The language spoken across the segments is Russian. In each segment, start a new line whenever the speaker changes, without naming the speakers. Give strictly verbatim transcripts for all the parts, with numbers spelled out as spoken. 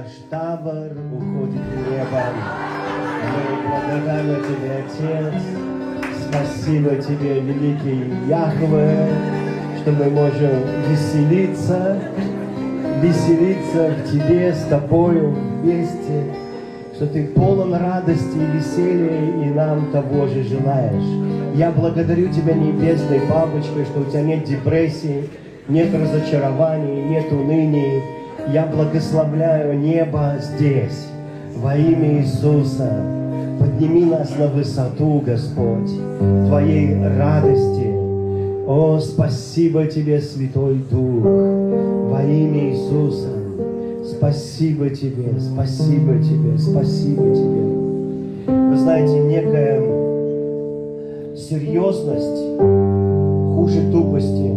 табор уходит в небо. Мы благодарны Тебе, Отец. Спасибо Тебе, великий Яхве, что мы можем веселиться, веселиться в Тебе, с Тобою вместе, что Ты полон радости и веселья, и нам того же желаешь. Я благодарю Тебя, небесной Папочка, что у Тебя нет депрессии, нет разочарований, нет уныний. Я благословляю небо здесь, во имя Иисуса. Подними нас на высоту, Господь, Твоей радости. О, спасибо Тебе, Святой Дух, во имя Иисуса. Спасибо Тебе, спасибо Тебе, спасибо Тебе. Вы знаете, некая серьезность хуже тупости.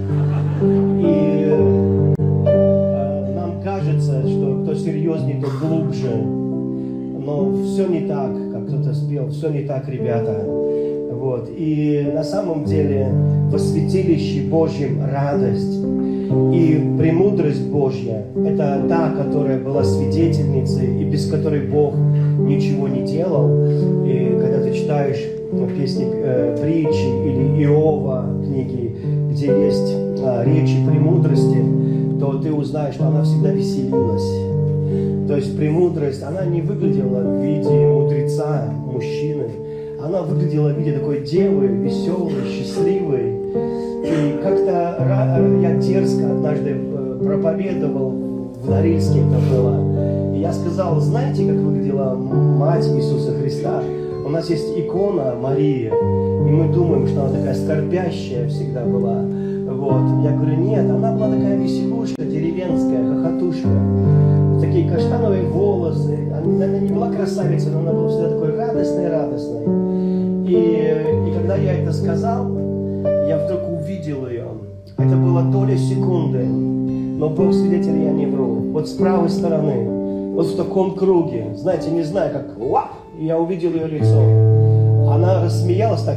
И э, нам кажется, что кто серьезнее, тот глубже. Но все не так, как кто-то спел, все не так, ребята. Вот. И на самом деле во святилище Божьем радость и премудрость Божья – это та, которая была свидетельницей и без которой Бог ничего не делал. И когда ты читаешь песни э, притчи или Иова, книги, где есть э, речи премудрости, то ты узнаешь, что она всегда веселилась. То есть премудрость, она не выглядела в виде мудреца, мужчины. Она выглядела в виде такой девы, веселой, счастливой. И как-то я дерзко однажды проповедовал, в Норильске это было. И я сказал, знаете, как выглядела мать Иисуса Христа? У нас есть икона Марии, и мы думаем, что она такая скорбящая всегда была. Вот. Я говорю, нет, она была такая веселушка, деревенская, хохотушка. Такие каштановые волосы. Она, она не была красавицей, но она была всегда такой радостной-радостной. И, и когда я это сказал, я вдруг увидел ее. Это было доля секунды. Но Бог свидетель, я не вру. Вот с правой стороны, вот в таком круге, знаете, не знаю, как вап, и я увидел ее лицо. Она рассмеялась так.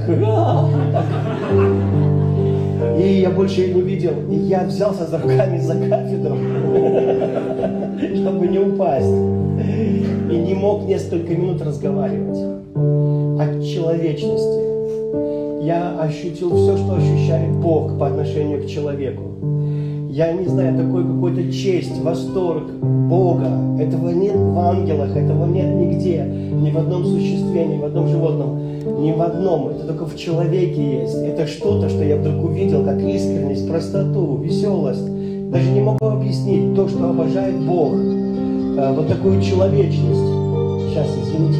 И я больше ее не видел. И я взялся за руками за кафедру, чтобы не упасть. И не мог несколько минут разговаривать. От человечности. Я ощутил все, что ощущает Бог по отношению к человеку. Я не знаю, такой какой-то честь, восторг Бога. Этого нет в ангелах, этого нет нигде. Ни в одном существе, ни в одном животном. Ни в одном. Это только в человеке есть. Это что-то, что я вдруг увидел, как искренность, простоту, веселость. Даже не могу объяснить то, что обожает Бог. Вот такую человечность. Сейчас, извините.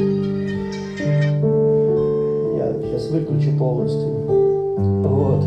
Я сейчас выключу полностью. Вот.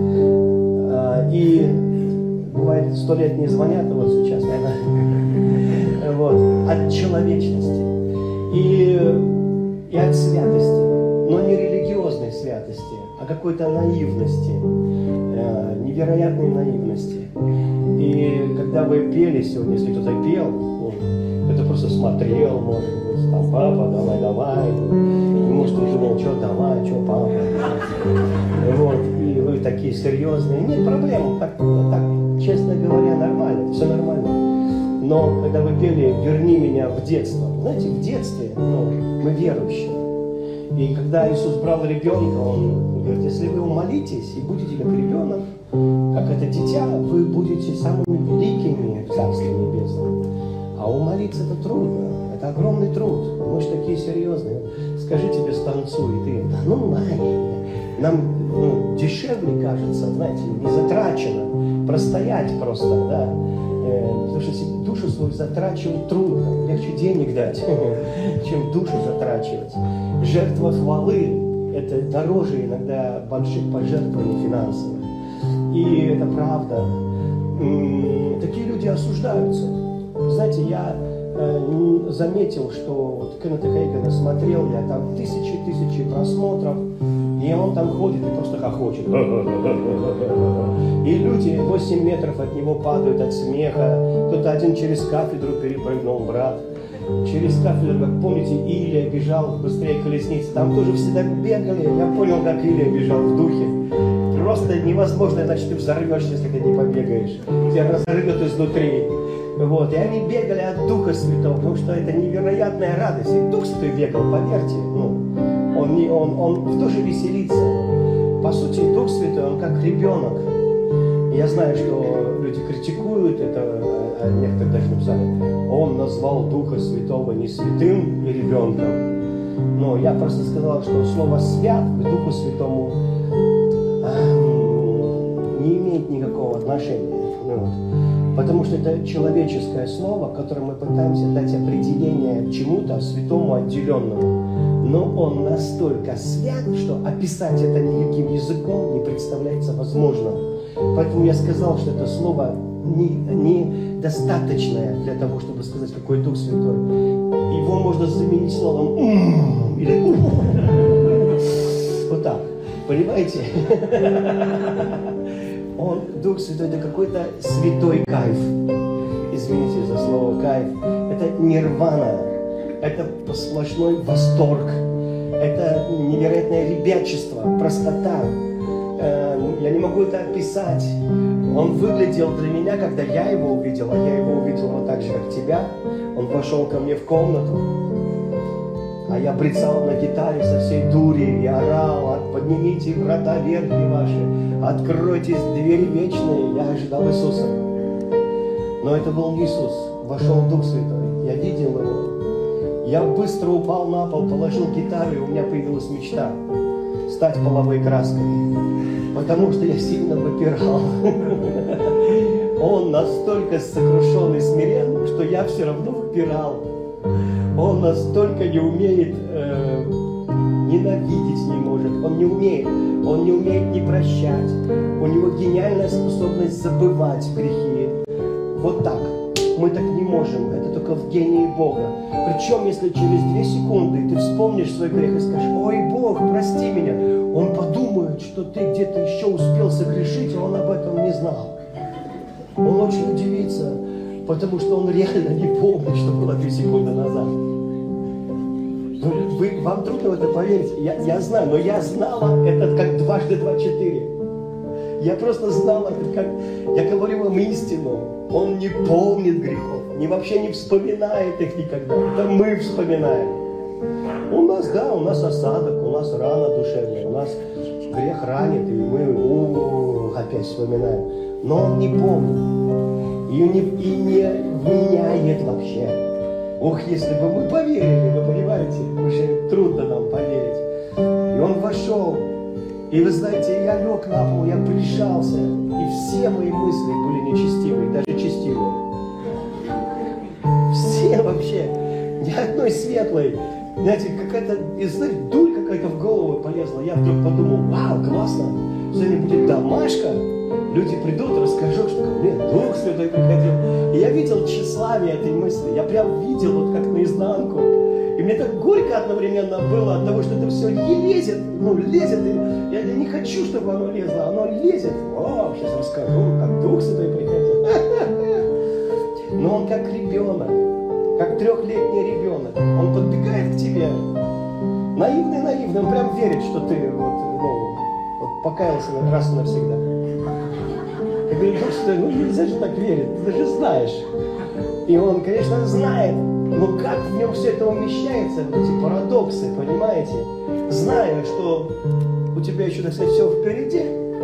И бывает, сто лет не звонят, а вот сейчас, наверное. Вот. От человечности. И, и от святости. Но не религиозной святости, а какой-то наивности. Невероятной наивности. И когда вы пели сегодня, если кто-то пел, кто-то просто смотрел, может быть, там, папа, давай, давай. И может, он думал, что давай, что папа. Вот, и вы такие серьезные. Нет проблем, так, так, честно говоря, нормально, все нормально. Но когда вы пели «Верни меня в детство», знаете, в детстве, ну, мы верующие. И когда Иисус брал ребенка, Он говорит, если вы умолитесь и будете как ребенок, как это дитя, вы будете самыми великими в Царстве Небесном. А умолиться это трудно, это огромный труд. Мы же такие серьезные. Скажи тебе станцуй, и ты, да ну най. Нам ну, дешевле кажется, знаете, не затрачено. Простоять просто, да. Потому что душу свою затрачивать трудно. Легче денег дать, чем душу затрачивать. Жертва хвалы – это дороже иногда больших пожертвований финансовых. И это правда. Такие люди осуждаются. Знаете, я э, заметил, что вот Кеннета Хейгана смотрел, я там тысячи-тысячи просмотров, и он там ходит и просто хохочет. И люди восемь метров от него падают от смеха. Кто-то один через кафедру перепрыгнул, брат. Через кафедру, как помните, Илия бежал быстрее колесницы. Там тоже всегда бегали. Я понял, как Илия бежал в духе. просто невозможно, иначе ты взорвешься, если ты не побегаешь. Тебя разорвет изнутри. Вот. И они бегали от Духа Святого, потому что это невероятная радость. И Дух Святой бегал, поверьте. Ну, он, не, он, он тоже веселится. По сути, Дух Святой, он как ребенок. Я знаю, что люди критикуют это, а некоторые даже написали, он назвал Духа Святого не святым и ребенком. Но я просто сказал, что слово «свят» к Духу Святому э, не имеет никакого отношения. Вот. Потому что это человеческое слово, которым мы пытаемся дать определение чему-то святому, отделенному. Но он настолько свят, что описать это никаким языком не представляется возможным. Поэтому я сказал, что это слово недостаточное не для того, чтобы сказать, какой Дух Святой. Его можно заменить словом «ум» или «ум». Вот так. Понимаете? Он, Дух Святой, это какой-то святой кайф. Извините за слово кайф. Это нирвана. Это сплошной восторг. Это невероятное ребячество, простота. Я не могу это описать. Он выглядел для меня, когда я его увидел, а я его увидел вот так же, как тебя. Он вошел ко мне в комнату, а я брецал на гитаре со всей дури и орал: поднимите врата верхи ваши, откройтесь двери вечные. Я ожидал Иисуса. Но это был не Иисус. Вошел Дух Святой. Я видел его. Я быстро упал на пол, положил гитару, и у меня появилась мечта стать половой краской. Потому что я сильно выпирал. Он настолько сокрушен и смирен, что я все равно выпирал. Он настолько не умеет, э, ненавидеть не может. Он не умеет. Он не умеет не прощать. У него гениальная способность забывать грехи. Вот так. Мы так не можем. Это только в гении Бога. Причем, если через две секунды ты вспомнишь свой грех и скажешь: ой, Бог, прости меня, он подумает, что ты где-то еще успел согрешить, а он об этом не знал. Он очень удивится, потому что он реально не помнит, что было две секунды назад. Вы, вы, вам трудно в это поверить. Я, я знаю, но я знала это как дважды два четыре. Я просто знала это как... Я говорю вам истину. Он не помнит грехов, не вообще не вспоминает их никогда. Это мы вспоминаем. У нас, да, у нас осадок, у нас рана душевная, у нас грех ранит, и мы у, опять вспоминаем. Но он не помнит и не, и не вменяет вообще. Ох, если бы мы поверили, вы понимаете, уже трудно нам поверить. И он вошел, и вы знаете, я лег на пол, я прижался, и все мои мысли были нечестивые, даже честивые. Все вообще, ни одной светлой. Знаете, какая-то, знаете, дурь какая-то в голову полезла. Я вдруг подумал: вау, классно, сегодня будет домашка. Люди придут, расскажу, что ко мне Дух Святой приходил. И я видел тщеславие этой мысли. Я прям видел вот как наизнанку. И мне так горько одновременно было от того, что это все не лезет. Ну, лезет. И я не хочу, чтобы оно лезло. Оно лезет. О, сейчас расскажу, как Дух Святой приходил. Но он как ребенок. Как трехлетний ребенок. Он подбегает к тебе. Наивный, наивный. Он прям верит, что ты вот, ну, вот покаялся раз и навсегда. Я говорю: Дух Святой, ну нельзя же так верить, ты даже знаешь. И он, конечно, знает, но как в нем все это умещается, вот эти парадоксы, понимаете? Зная, что у тебя еще, так сказать, все впереди,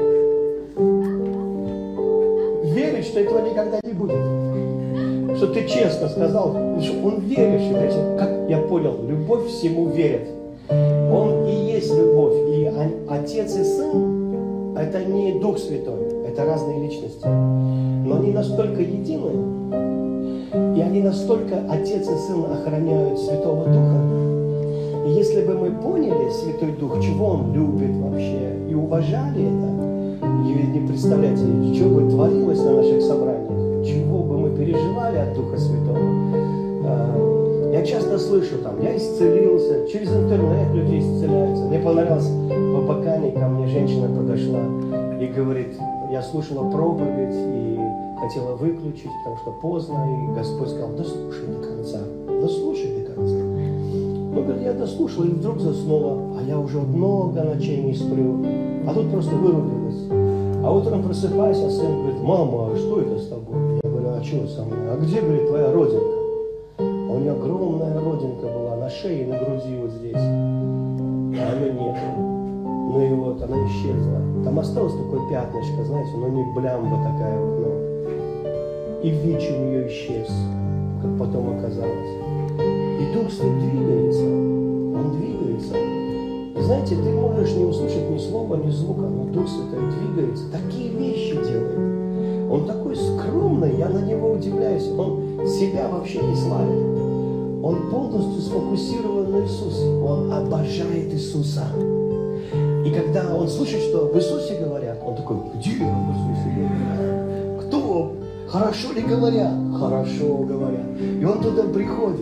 верить, что этого никогда не будет. Что ты честно сказал, что он верующий, знаете, как я понял, любовь всему верит. Он и есть любовь, и Отец и Сын — это не Дух Святой. Это разные личности. Но они настолько едины, и они настолько, Отец и Сын, охраняют Святого Духа. И если бы мы поняли Святой Дух, чего Он любит вообще, и уважали это, и не представляете, что бы творилось на наших собраниях, чего бы мы переживали от Духа Святого. Я часто слышу там: я исцелился, через интернет люди исцеляются. Мне понравилось, в Абакане ко мне женщина подошла и говорит: я слушала проповедь и хотела выключить, потому что поздно, и Господь сказал: дослушай до конца, дослушай до конца. Ну, говорит, я дослушала, и вдруг заснула, а я уже много ночей не сплю. А тут просто вырубилась. А утром просыпаюсь, а сын говорит: мама, а что это с тобой? Я говорю: а что со мной? А где, говорит, твоя родинка? А у нее огромная родинка была на шее и на груди вот здесь. А ее нет. Ну и вот, она исчезла. Там осталось такое пятнышко, знаете, но не блямба такая вот, ну. И ВИЧ у нее исчез, как потом оказалось. И Дух Святой двигается. Он двигается. И знаете, ты можешь не услышать ни слова, ни звука, но Дух Святой двигается. Такие вещи делает. Он такой скромный, я на него удивляюсь. Он себя вообще не славит. Он полностью сфокусирован на Иисусе. Он обожает Иисуса. И когда он слышит, что в Иисусе говорят, он такой: где в Иисусе говорят? Кто? Хорошо ли говорят? Хорошо говорят. И он туда приходит.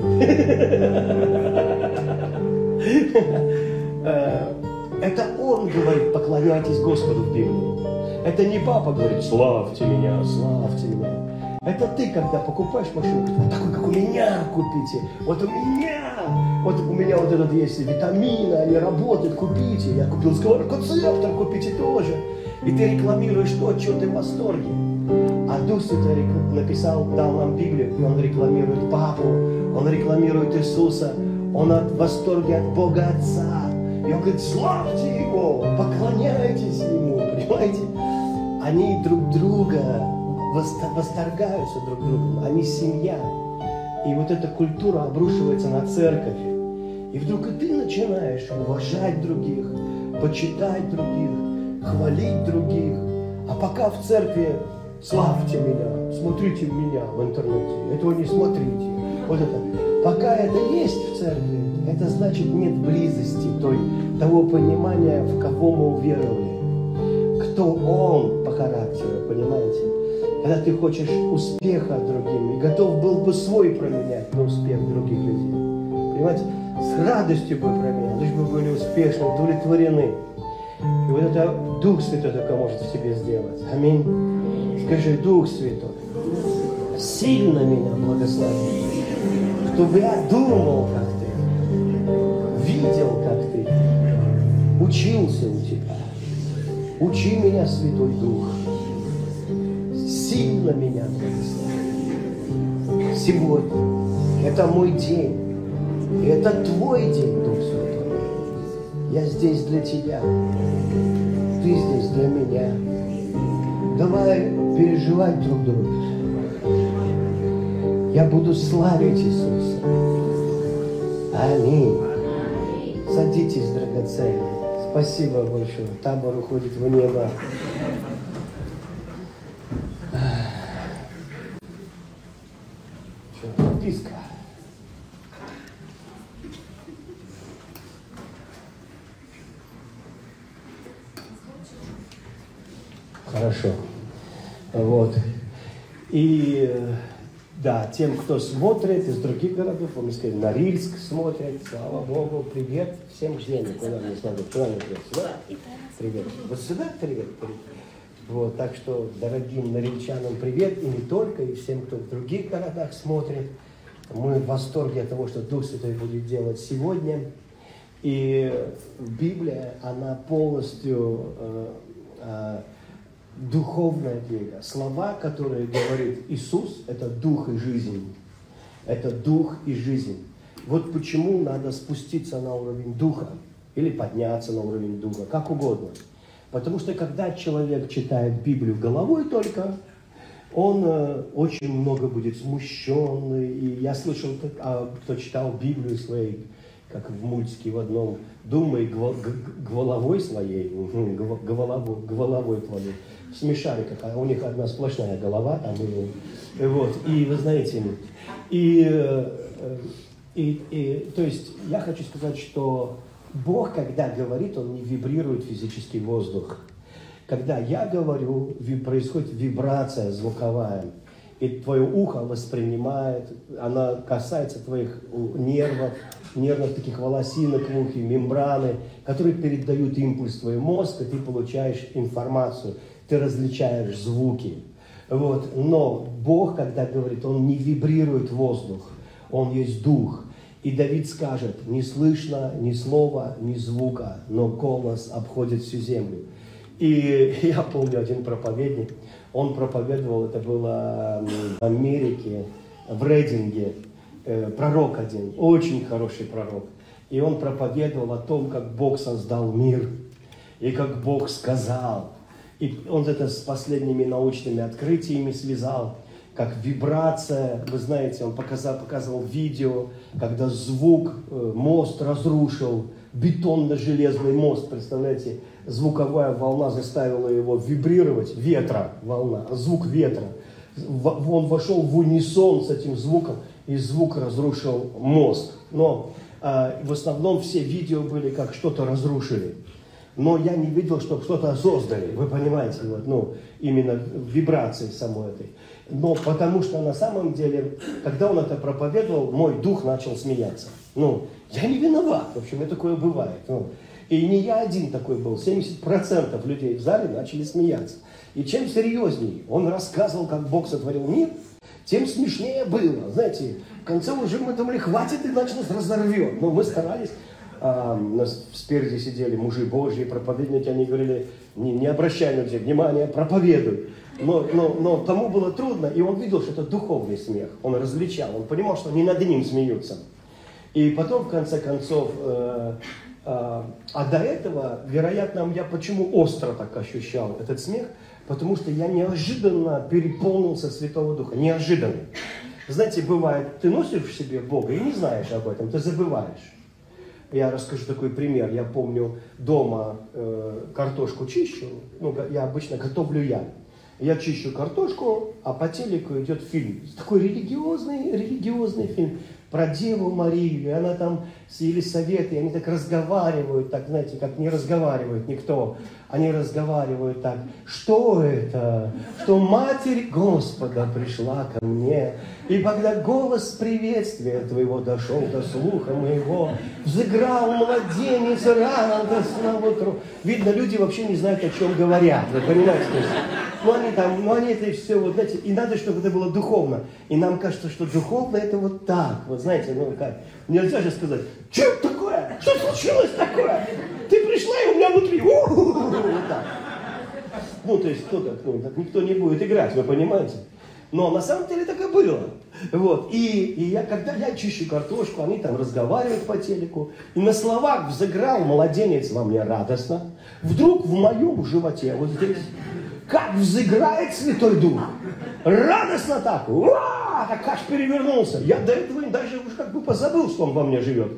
Это он говорит: поклоняйтесь Господу в Библии. Это не папа говорит: славьте меня, славьте меня. Это ты, когда покупаешь машину, вот такой, как у меня, купите. Вот у меня, вот у меня вот этот есть витамины, они работают, купите. Я купил скороцептор, купите тоже. И ты рекламируешь то, от чего ты в восторге. А Дух Святой написал, дал нам Библию, и он рекламирует Папу, он рекламирует Иисуса, он в восторге от Бога Отца. И он говорит: славьте Его, поклоняйтесь Ему, понимаете? Они друг друга восторгаются друг другом, они семья. И вот эта культура обрушивается на церковь. И вдруг и ты начинаешь уважать других, почитать других, хвалить других. А пока в церкви: славьте меня, смотрите меня в интернете, этого не смотрите. Вот это. Пока это есть в церкви, это значит, нет близости той, того понимания, в кого мы уверовали. Кто он по характеру, понимаете? Когда ты хочешь успеха другим и готов был бы свой променять на успех других людей. Понимаете? С радостью бы променял, лишь бы были успешны, удовлетворены. И вот это Дух Святой только может в тебе сделать. Аминь. Скажи: Дух Святой, сильно меня благослови, чтобы я думал, как ты, видел, как ты, учился у тебя. Учи меня, Святой Дух. Сильно меня благослови. Сегодня это мой день. И это твой день, Дух Святой. Я здесь для тебя. Ты здесь для меня. Давай переживать друг друга. Я буду славить Иисуса. Аминь. Садитесь, драгоценные. Спасибо большое. Табор уходит в небо. Близко. Хорошо. Вот. И да, тем, кто смотрит из других городов, мы сказали, Норильск смотрят, слава Богу, привет всем членам, куда мне смотрят, куда мне привет, сюда, привет, вот сюда привет, привет. Вот, так что дорогим норильчанам привет, и не только, и всем, кто в других городах смотрит. Мы в восторге от того, что Дух Святой будет делать сегодня. И Библия, она полностью э, э, духовная книга. Слова, которые говорит Иисус, это дух и жизнь. Это дух и жизнь. Вот почему надо спуститься на уровень духа или подняться на уровень духа, как угодно. Потому что когда человек читает Библию головой только, он э, очень много будет смущенный. И я слышал, а, кто читал Библию своей, как в мультике в одном, думай головой своей, головой, головой твоей, в смешариках, а у них одна сплошная голова там, и, вот, и вы знаете, и, и, и, то есть я хочу сказать, что Бог, когда говорит, Он не вибрирует физический воздух. Когда я говорю, происходит вибрация звуковая, и твое ухо воспринимает, она касается твоих нервов, нервных таких волосинок в ухе, мембраны, которые передают импульс в твой мозг, и ты получаешь информацию, ты различаешь звуки. Вот. Но Бог, когда говорит, Он не вибрирует воздух, Он есть дух. И Давид скажет: не слышно ни слова, ни звука, но голос обходит всю землю. И я помню один проповедник, он проповедовал, это было в Америке, в Рейдинге, пророк один, очень хороший пророк. И он проповедовал о том, как Бог создал мир, и как Бог сказал. И он это с последними научными открытиями связал, как вибрация, вы знаете, он показал, показывал видео, когда звук, мост разрушил, бетонно-железный мост, представляете, звуковая волна заставила его вибрировать, ветра волна, звук ветра. Он вошел в унисон с этим звуком, и звук разрушил мост. Но э, в основном все видео были, как что-то разрушили. Но я не видел, чтобы что-то создали, вы понимаете, вот, ну, именно вибрации самой этой. Но потому что на самом деле, когда он это проповедовал, мой дух начал смеяться. Ну, я не виноват, в общем, и такое бывает. Ну, и не я один такой был, семьдесят процентов людей в зале начали смеяться. И чем серьезнее он рассказывал, как Бог сотворил мир, тем смешнее было. Знаете, в конце уже мы думали, хватит, иначе нас разорвет. Но мы старались, а, у нас спереди сидели мужи Божьи, проповедники, они говорили, не, не обращай на людей внимания, проповедуй. Но, но, но тому было трудно, и он видел, что это духовный смех. Он различал, он понимал, что они над ним смеются. И потом, в конце концов, э, э, а до этого, вероятно, я почему остро так ощущал этот смех, потому что я неожиданно переполнился Святого Духа. Неожиданно. Знаете, бывает, ты носишь в себе Бога и не знаешь об этом, ты забываешь. Я расскажу такой пример. Я помню, дома э, картошку чищу, ну, я обычно готовлю я. Я чищу картошку, а по телеку идет фильм. Такой религиозный, религиозный фильм про Деву Марию. И она там с Елисаветой, они так разговаривают, так, знаете, как не разговаривает никто. Они разговаривают так, что это? Что Матерь Господа пришла ко мне. И когда голос приветствия твоего дошел до слуха моего, взыграл младенец рано до сна утру. Видно, люди вообще не знают, о чем говорят. Вы понимаете? Ну они там, ну они это и все, вот знаете, и надо, чтобы это было духовно. И нам кажется, что духовно это вот так. Вот знаете, ну как, нельзя же сказать, что это такое? Что случилось такое? Ты пришла, и у меня внутри, у-у-у, вот так. Ну, то есть, кто так, ну, так никто не будет играть, вы понимаете? Но на самом деле так и было. Вот. И, и я, когда я чищу картошку, они там разговаривают по телеку, и на словах взыграл младенец во мне радостно. Вдруг в моем животе, вот здесь, как взыграет Святой Дух. Радостно так. Уа! Так аж перевернулся. Я до этого даже уже как бы позабыл, что он во мне живет.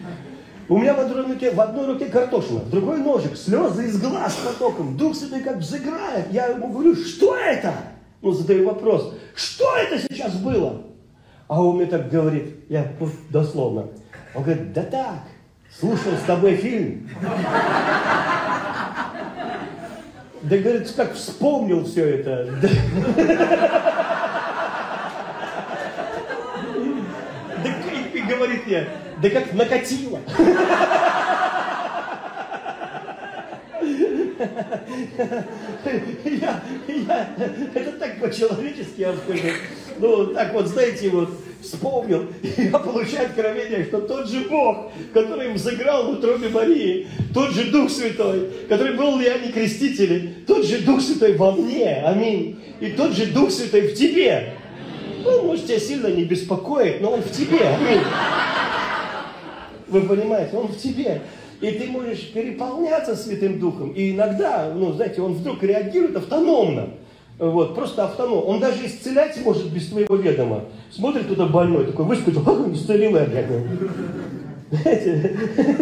У меня в одной руке, в одной руке картошина, в другой ножик, слезы из глаз потоком. Дух Святой как взыграет. Я ему говорю, что это? Ну, задаю вопрос, что это сейчас было? А он мне так говорит, я дословно. Он говорит, да так, слушал с тобой фильм. Да, говорит, как вспомнил все это. Да, и говорит мне, да как накатило. Я, я, это так по-человечески, я вам скажу. Ну, так вот, знаете, вот, вспомнил, и я получаю откровение, что тот же Бог, который взыграл в утробе Марии, тот же Дух Святой, который был в Иоанне Крестителе, тот же Дух Святой во мне, аминь, и тот же Дух Святой в тебе. Ну, может, тебя сильно не беспокоит, но он в тебе, аминь. Вы понимаете, он в тебе. И ты можешь переполняться Святым Духом. И иногда, ну, знаете, он вдруг реагирует автономно. Вот, просто автономно. Он даже исцелять может без твоего ведома. Смотрит туда больной, такой выскочил, ха, исцелил я, блядь. Знаете?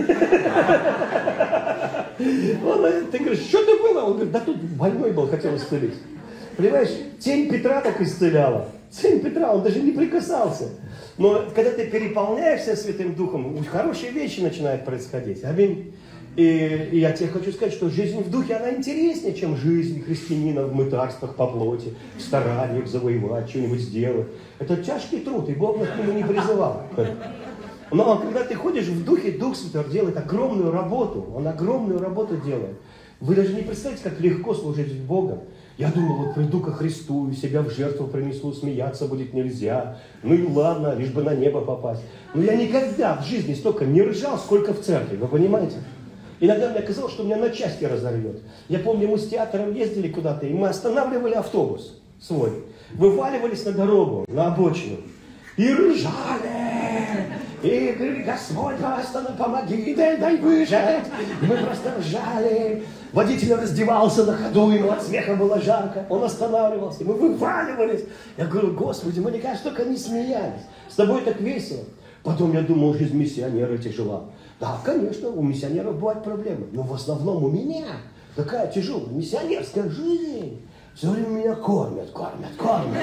Ты говоришь, что ты было? Он говорит, да тут больной был, хотел исцелить. Понимаешь, тень Петра так исцеляла. Тень Петра, он даже не прикасался. Но когда ты переполняешься Святым Духом, хорошие вещи начинают происходить. Аминь. И, и я тебе хочу сказать, что жизнь в Духе, она интереснее, чем жизнь христианина в мытарствах по плоти, в стараниях завоевать, что-нибудь сделать. Это тяжкий труд, и Бог нас к нему не призывал. Но когда ты ходишь в Духе, Дух Святой делает огромную работу. Он огромную работу делает. Вы даже не представляете, как легко служить Богом. Я думал, вот приду ко Христу, и себя в жертву принесу, смеяться будет нельзя. Ну и ладно, лишь бы на небо попасть. Но я никогда в жизни столько не ржал, сколько в церкви, вы понимаете? Иногда мне казалось, что меня на части разорвет. Я помню, мы с театром ездили куда-то, и мы останавливали автобус свой. Вываливались на дорогу, на обочину. И ржали. И говорили: Господь, Господи, помоги, дай, дай выжить. И мы просто ржали. Водитель раздевался на ходу, ему от смеха было жарко. Он останавливался, мы вываливались. Я говорю: Господи, мы никогда столько не смеялись. С тобой так весело. Потом я думал, жизнь миссионера тяжела. Да, конечно, у миссионеров бывают проблемы. Но в основном у меня такая тяжелая миссионерская жизнь. Все время меня кормят, кормят, кормят.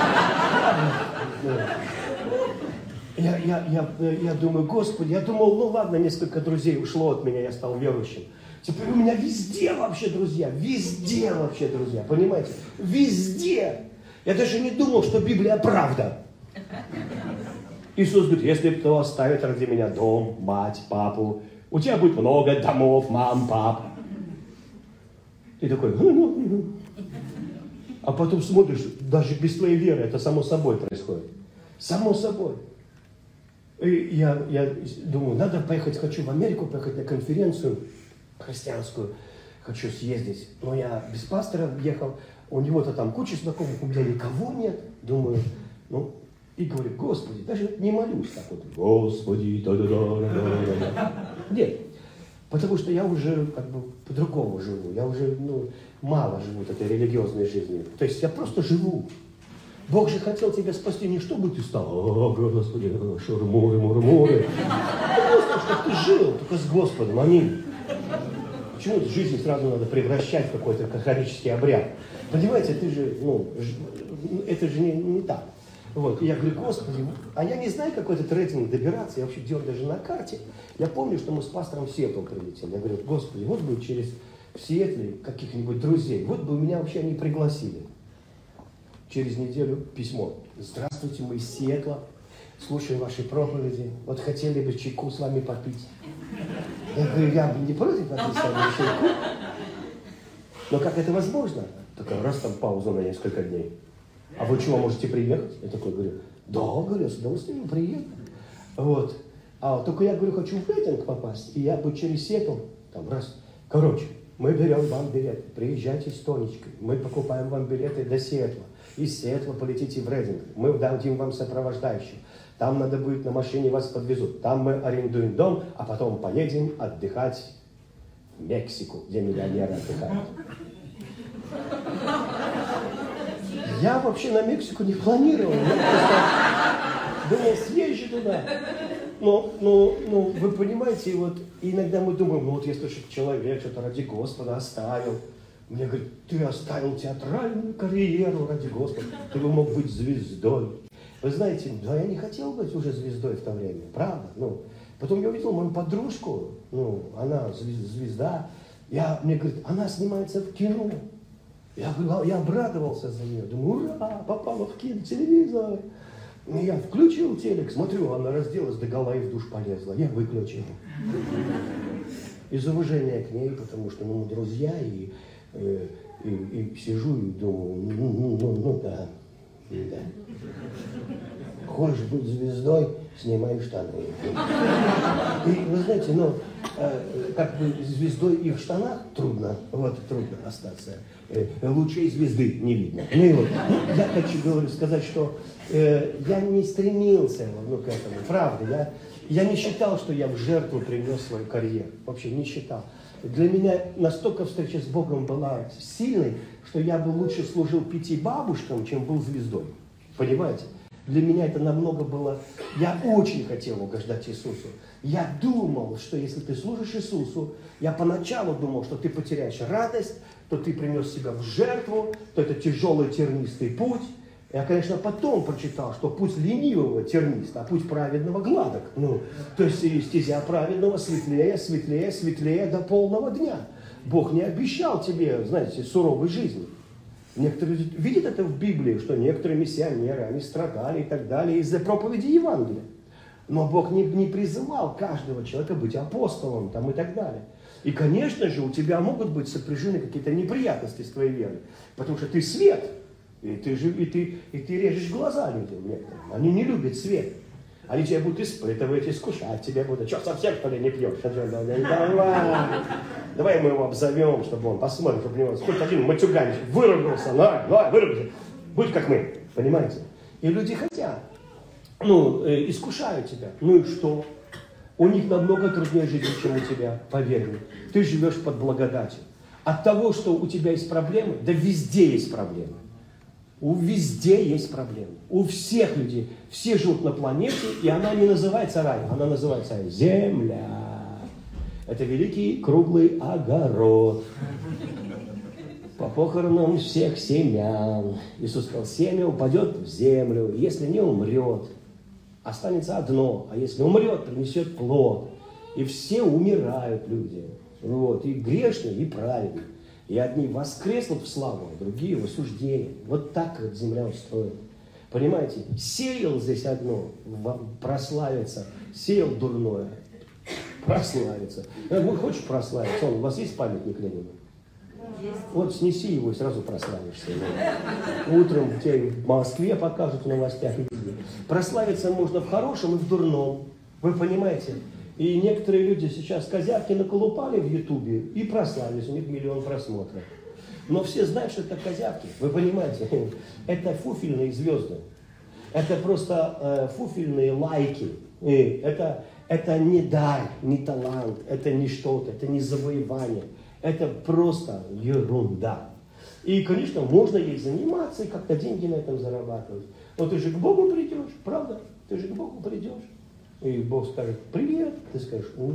Я, я, я, я думаю: Господи, я думал, ну ладно, несколько друзей ушло от меня, я стал верующим. Теперь у меня везде вообще друзья, везде вообще друзья, понимаете? Везде. Я даже не думал, что Библия правда. Иисус говорит: если кто оставит ради меня дом, мать, папу, у тебя будет много домов, мам, пап. И такой: а потом смотришь, даже без твоей веры это само собой происходит. Само собой. И я, я думаю, надо поехать, хочу в Америку поехать на конференцию христианскую, хочу съездить. Но я без пастора ехал, у него-то там куча знакомых, у меня никого нет. Думаю, ну, и говорю: Господи, даже не молюсь так вот. Господи, да-да-да-да-да-да. Нет, потому что я уже как бы по-другому живу, я уже, ну, мало живу этой религиозной жизнью. То есть я просто живу. Бог же хотел тебя спасти не чтобы ты стал: о, Господи, шурмуры, мурмуры. Просто, чтобы ты жил только с Господом, аминь. Почему жизнь сразу надо превращать в какой-то католический обряд? Понимаете, ты же, ну, это же не, не так. Вот, и я говорю: Господи, а я не знаю, какой этот рейтинг добираться, я вообще делал даже на карте. Я помню, что мы с пастором в Сиэтл прилетели. Я говорю: Господи, вот бы через в Сиэтле каких-нибудь друзей, вот бы меня вообще они пригласили. Через неделю письмо: здравствуйте, мы из Сиэтла, слушаем ваши проповеди, вот хотели бы чайку с вами попить. Я говорю: я бы не против попить с вами чайку, но как это возможно? Такая раз там пауза на несколько дней. А вы чего, можете приехать? Я такой говорю: да, говорю, с удовольствием приеду. Вот. А только я говорю, хочу в рейтинг попасть, и я бы через Сиэтл, там раз, короче, мы берем вам билеты, приезжайте с Тонечкой, мы покупаем вам билеты до Сиэтла. Из Сиэтла полетите в Рейдинг, мы дадим вам сопровождающего. Там надо будет, на машине вас подвезут. Там мы арендуем дом, а потом поедем отдыхать в Мексику, где миллионеры отдыхают. Я вообще на Мексику не планировал. Я просто думал, съезжу туда. Но, но, но вы понимаете, вот иногда мы думаем, ну вот если человек что-то ради Господа оставил. Мне говорят: ты оставил театральную карьеру ради Господа, ты бы мог быть звездой. Вы знаете, да, я не хотел быть уже звездой в то время, правда. Ну, потом я увидел мою подружку, ну, она звезда. Я, мне говорят, она снимается в кино. Я, я обрадовался за нее, думаю: ура, попала в кино, телевизор. И я включил телек, смотрю, она разделась догола и в душ полезла. Я выключил. Из уважения к ней, потому что ну, мы друзья, и, и, и, и сижу и думаю, ну, ну, ну, ну да, да. Хочешь быть звездой, снимай штаны. И вы знаете, ну, э, как бы звездой и в штанах трудно, вот трудно остаться. Э, лучшей звезды не видно. Ну, и вот, ну, я хочу говорю, сказать, что э, я не стремился ну, к этому, правда. Я, я не считал, что я в жертву принес свою карьеру. Вообще не считал. Для меня настолько встреча с Богом была сильной, что я бы лучше служил пяти бабушкам, чем был звездой. Понимаете? Для меня это намного было... Я очень хотел угождать Иисусу. Я думал, что если ты служишь Иисусу, я поначалу думал, что ты потеряешь радость, то ты принес себя в жертву, то это тяжелый тернистый путь. Я, конечно, потом прочитал, что путь ленивого тернист, а путь праведного гладок. Ну, то есть стезя праведного светлее, светлее, светлее до полного дня. Бог не обещал тебе, знаете, суровой жизни. Некоторые видят это в Библии, что некоторые миссионеры, они страдали и так далее из-за проповеди Евангелия. Но Бог не, не призывал каждого человека быть апостолом там, и так далее. И, конечно же, у тебя могут быть сопряжены какие-то неприятности с твоей верой, потому что ты свет, и ты, и ты, и ты режешь глаза людям некоторым. Они не любят свет. Они тебя будут испытывать, искушать тебя будут. Что, совсем, что ли, не пьешь? Давай, давай мы его обзовем, чтобы он посмотрел, чтобы у него хоть один матюганчик выругался. Давай, давай, выругайся. Будь как мы, понимаете? И люди хотят, ну, э, искушают тебя. Ну и что? У них намного труднее жить, чем у тебя, поверь мне. Ты живешь под благодатью. От того, что у тебя есть проблемы, да везде есть проблемы. У везде есть проблемы. У всех людей. Все живут на планете, и она не называется рай, она называется земля. Это великий круглый огород. По похоронам всех семян. Иисус сказал, семя упадет в землю, если не умрет, останется одно, а если умрет, принесет плод. И все умирают люди. Вот. И грешные, и праведные. И одни воскреснут в славу, а другие в осуждение. Вот так вот земля устроена. Понимаете? Сеял здесь одно, прославится. Сеял дурное, прославится. Вы хочешь прославиться? Он, у вас есть памятник Ленину? Есть. Вот снеси его и сразу прославишься. Утром тебе в Москве покажут в новостях. Прославиться можно в хорошем и в дурном. Вы понимаете? И некоторые люди сейчас козявки наколупали в Ютубе и прославились, у них миллион просмотров. Но все знают, что это козявки, вы понимаете? Это фуфельные звезды. Это просто э, фуфельные лайки. И это, это не дар, не талант, это не что-то, это не завоевание. Это просто ерунда. И, конечно, можно ей заниматься и как-то деньги на этом зарабатывать. Но ты же к Богу придешь, правда? Ты же к Богу придешь. И Бог скажет, привет, ты скажешь, у.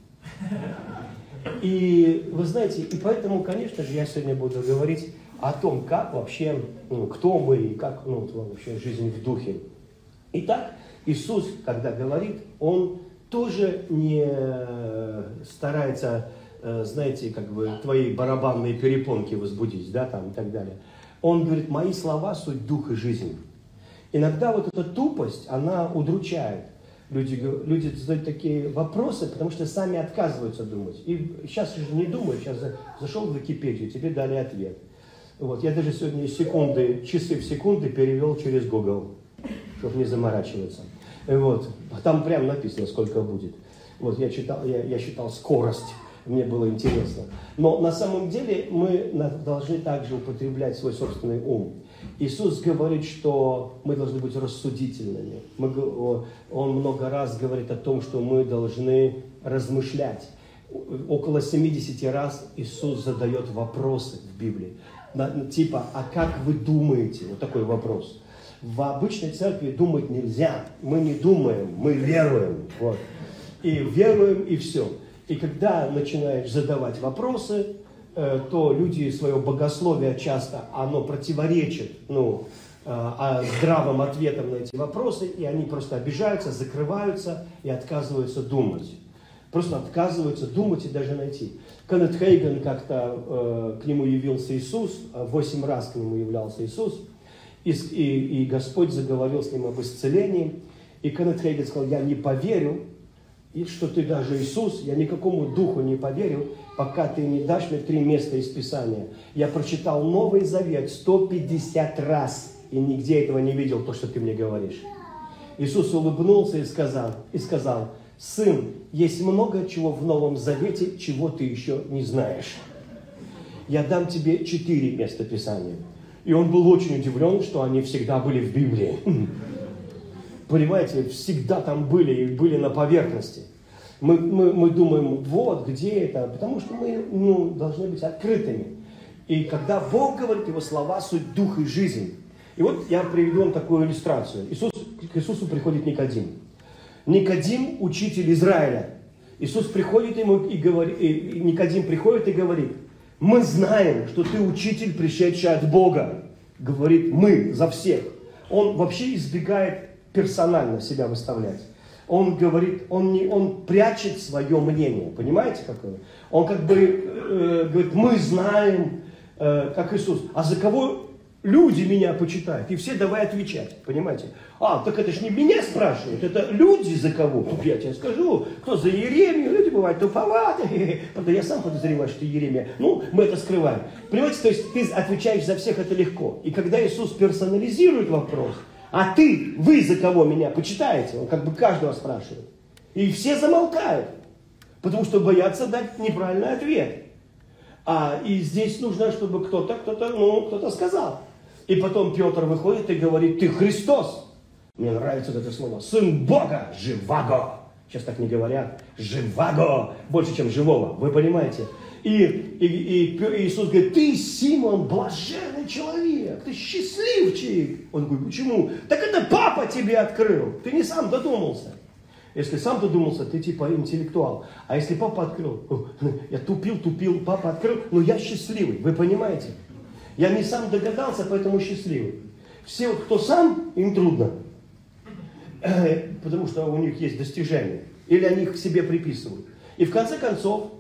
И вы знаете, и поэтому, конечно же, я сегодня буду говорить о том, как вообще, ну, кто мы и как, ну, вообще жизнь в духе. Итак, Иисус, когда говорит, Он тоже не старается, знаете, как бы твои барабанные перепонки возбудить, да, там и так далее. Он говорит, мои слова суть дух и жизнь. Иногда вот эта тупость, она удручает. Люди, люди задают такие вопросы, потому что сами отказываются думать. И сейчас же не думаю, сейчас зашел в Википедию, тебе дали ответ. Вот, я даже сегодня секунды, часы в секунды перевел через Google, чтобы не заморачиваться. Вот, там прям написано, сколько будет. Вот, я читал, я, я считал скорость, мне было интересно. Но на самом деле мы должны также употреблять свой собственный ум. Иисус говорит, что мы должны быть рассудительными. Мы, Он много раз говорит о том, что мы должны размышлять. Около семидесяти раз Иисус задает вопросы в Библии. Типа, а как вы думаете? Вот такой вопрос. В обычной церкви думать нельзя. Мы не думаем, мы веруем. Вот. И веруем, и все. И когда начинаешь задавать вопросы, то люди свое богословие часто, оно противоречит, ну, здравым ответам на эти вопросы, и они просто обижаются, закрываются и отказываются думать. Просто отказываются думать и даже найти. Кеннет Хейган как-то э, к нему явился Иисус, восемь раз к нему являлся Иисус, и, и, и Господь заговорил с ним об исцелении, и Кеннет Хейган сказал, я не поверю, и что ты даже Иисус, я никакому духу не поверю, пока ты не дашь мне три места из Писания. Я прочитал Новый Завет сто пятьдесят раз, и нигде этого не видел, то, что ты мне говоришь. Иисус улыбнулся и сказал, и сказал, сын, есть много чего в Новом Завете, чего ты еще не знаешь. Я дам тебе четыре места Писания. И он был очень удивлен, что они всегда были в Библии. Понимаете, всегда там были и были на поверхности. Мы, мы, мы думаем, вот, где это? Потому что мы, ну, должны быть открытыми. И когда Бог говорит, Его слова суть дух и жизнь. И вот я приведу вам такую иллюстрацию. Иисус, к Иисусу приходит Никодим. Никодим – учитель Израиля. Иисус приходит ему и говорит, и Никодим приходит и говорит, мы знаем, что ты учитель, пришедший от Бога. Говорит, мы, за всех. Он вообще избегает персонально себя выставлять. Он говорит, он, не, он прячет свое мнение. Понимаете, какое? Он как бы э, говорит, мы знаем, э, как Иисус. А за кого люди меня почитают? И все давай отвечать. Понимаете? А, так это же не меня спрашивают, это люди за кого? Тут я тебе скажу, кто за Иеремию. Люди бывают туповатые. Правда, я сам подозреваю, что Иеремия. Ну, мы это скрываем. Понимаете, то есть ты отвечаешь за всех, это легко. И когда Иисус персонализирует вопрос, А ты, вы за кого меня почитаете? Он как бы каждого спрашивает. И все замолкают, потому что боятся дать неправильный ответ. А и здесь нужно, чтобы кто-то, кто-то, ну, кто-то сказал. И потом Петр выходит и говорит: ты Христос. Мне нравится вот это слово. Сын Бога, живаго. Сейчас так не говорят. Живаго. Больше, чем живого. Вы понимаете? И, и, и Иисус говорит: ты, Симон, блаженный человек. Ты счастливчик. Он говорит: почему? Так это папа тебе открыл. Ты не сам додумался. Если сам додумался, ты типа интеллектуал. А если папа открыл, я тупил, тупил, папа открыл, но я счастливый. Вы понимаете? Я не сам догадался, поэтому счастливый. Все, кто сам, им трудно. Потому что у них есть достижения. Или они их к себе приписывают. И в конце концов,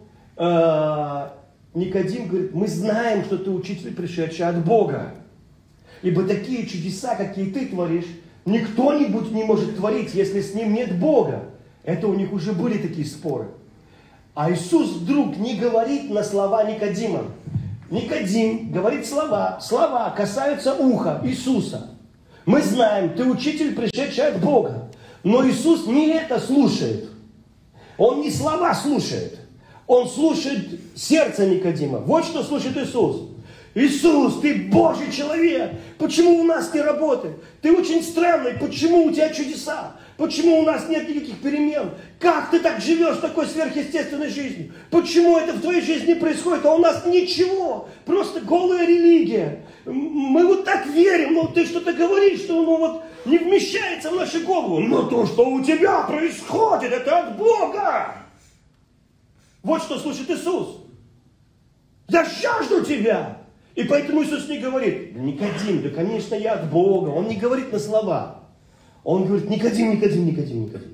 Никодим говорит: мы знаем, что ты учитель, пришедший от Бога. Ибо такие чудеса, какие ты творишь, никто-нибудь не может творить, если с ним нет Бога. Это у них уже были такие споры. А Иисус вдруг не говорит на слова Никодима. Никодим говорит слова. Слова касаются уха Иисуса. Мы знаем, ты учитель, пришедший от Бога. Но Иисус не это слушает. Он не слова слушает. Он слушает сердце Никодима. Вот что слушает Иисус. Иисус, ты Божий человек. Почему у нас не работает? Ты очень странный. Почему у тебя чудеса? Почему у нас нет никаких перемен? Как ты так живешь такой сверхъестественной жизнью? Почему это в твоей жизни происходит, а у нас ничего? Просто голая религия. Мы вот так верим, но ты что-то говоришь, что ну вот не вмещается в нашу голову. Но то, что у тебя происходит, это от Бога. Вот что слушает Иисус. Я жажду тебя. И поэтому Иисус не говорит: Никодим, да, конечно, я от Бога. Он не говорит на слова. Он говорит: Никодим, Никодим, Никодим, Никодим.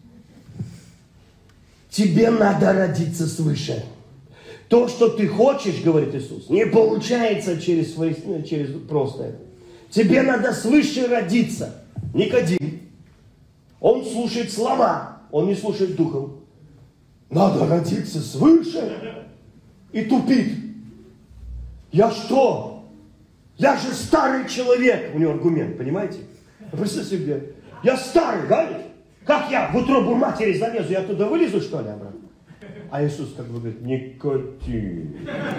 Тебе надо родиться свыше. То, что ты хочешь, говорит Иисус, не получается через, свои, через просто это. Тебе надо свыше родиться. Никодим. Он слушает слова, он не слушает духом. Надо родиться свыше. И тупит. Я что? Я же старый человек. У него аргумент, понимаете? Представьте себе. Я старый, да? Как я в утробу матери залезу, я оттуда вылезу, что ли, обратно? А Иисус как бы говорит: Никодим.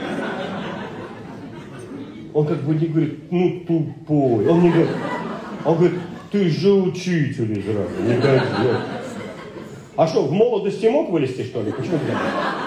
Он как бы не говорит: ну тупой. Он не говорит, он говорит: ты же учитель Израиля, Никодим. А что, в молодости мог вылезти, что ли? Почему нет?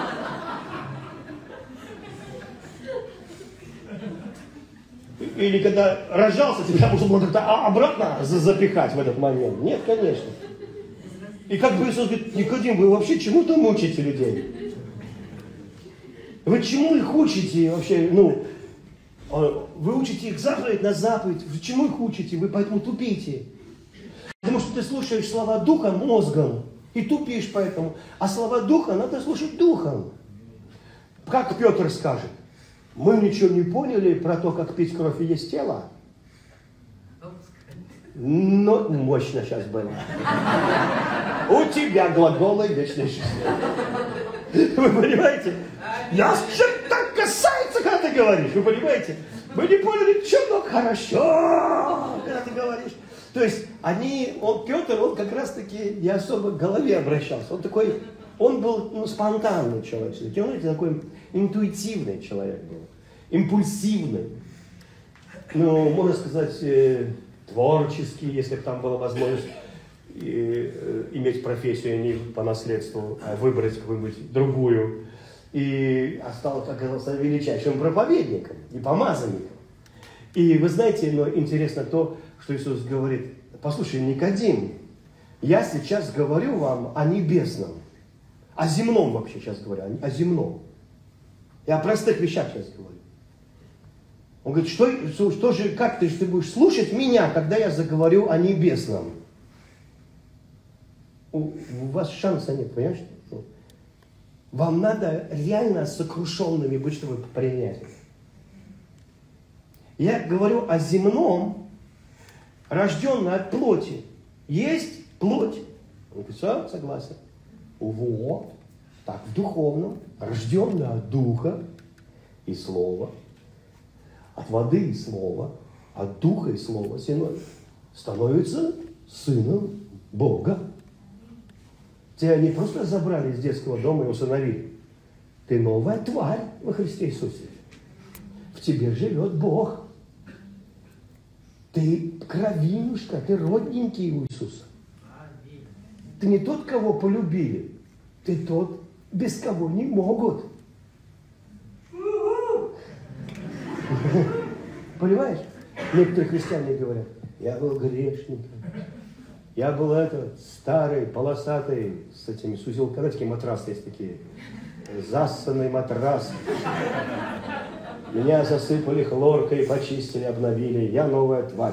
Или когда рожался, тебя можно было как-то обратно запихать в этот момент? Нет, конечно. И как бы Иисус говорит: Никодим, вы вообще чему-то мучите людей? Вы чему их учите вообще? Ну, вы учите их заповедь на заповедь. Вы чему их учите? Вы поэтому тупите. Потому что ты слушаешь слова Духа мозгом и тупишь поэтому. А слова Духа надо слушать Духом. Как Петр скажет: мы ничего не поняли про то, как пить кровь и есть тело. Но мощно сейчас было. У тебя глаголы вечной жизни. Вы понимаете? Нас что-то так касается, когда ты говоришь. Вы понимаете? Мы не поняли, что, но хорошо, когда ты говоришь. То есть они, он, Петр, он как раз таки не особо к голове обращался. Он такой, он был ну, спонтанный человек. Он, знаете, такой интуитивный человек был. Импульсивный. Ну, можно сказать, э, творческий, если бы там была возможность э, э, иметь профессию не по наследству, а выбрать какую-нибудь другую. И остался, оказался величайшим проповедником и помазанником. И вы знаете, но интересно то, что Иисус говорит: послушай, Никодим, я сейчас говорю вам о небесном, о земном вообще сейчас говорю, о земном. Я о простых вещах сейчас говорю. Он говорит: что, что же, как ты, ты будешь слушать меня, когда я заговорю о небесном? У, у вас шанса нет, понимаешь? Вам надо реально сокрушенными быть, чтобы принять. Я говорю о земном, рожденном от плоти. Есть плоть. Он говорит: все, согласен. Вот. Так, в духовном, рожденный от духа и слова, от воды и слова, от духа и слова, синоним. становится сыном Бога. Тебя не просто забрали из детского дома и усыновили. Ты новая тварь во Христе Иисусе. В тебе живет Бог. Ты кровинушка, ты родненький у Иисуса. Ты не тот, кого полюбили. Ты тот, без кого не могут. Понимаешь? Некоторые христиане говорят, я был грешником. Я был этот, старый, полосатый, с этими, с узелками, такие матрасы есть такие. Зассанный матрас. Меня засыпали хлоркой, почистили, обновили. Я новая тварь.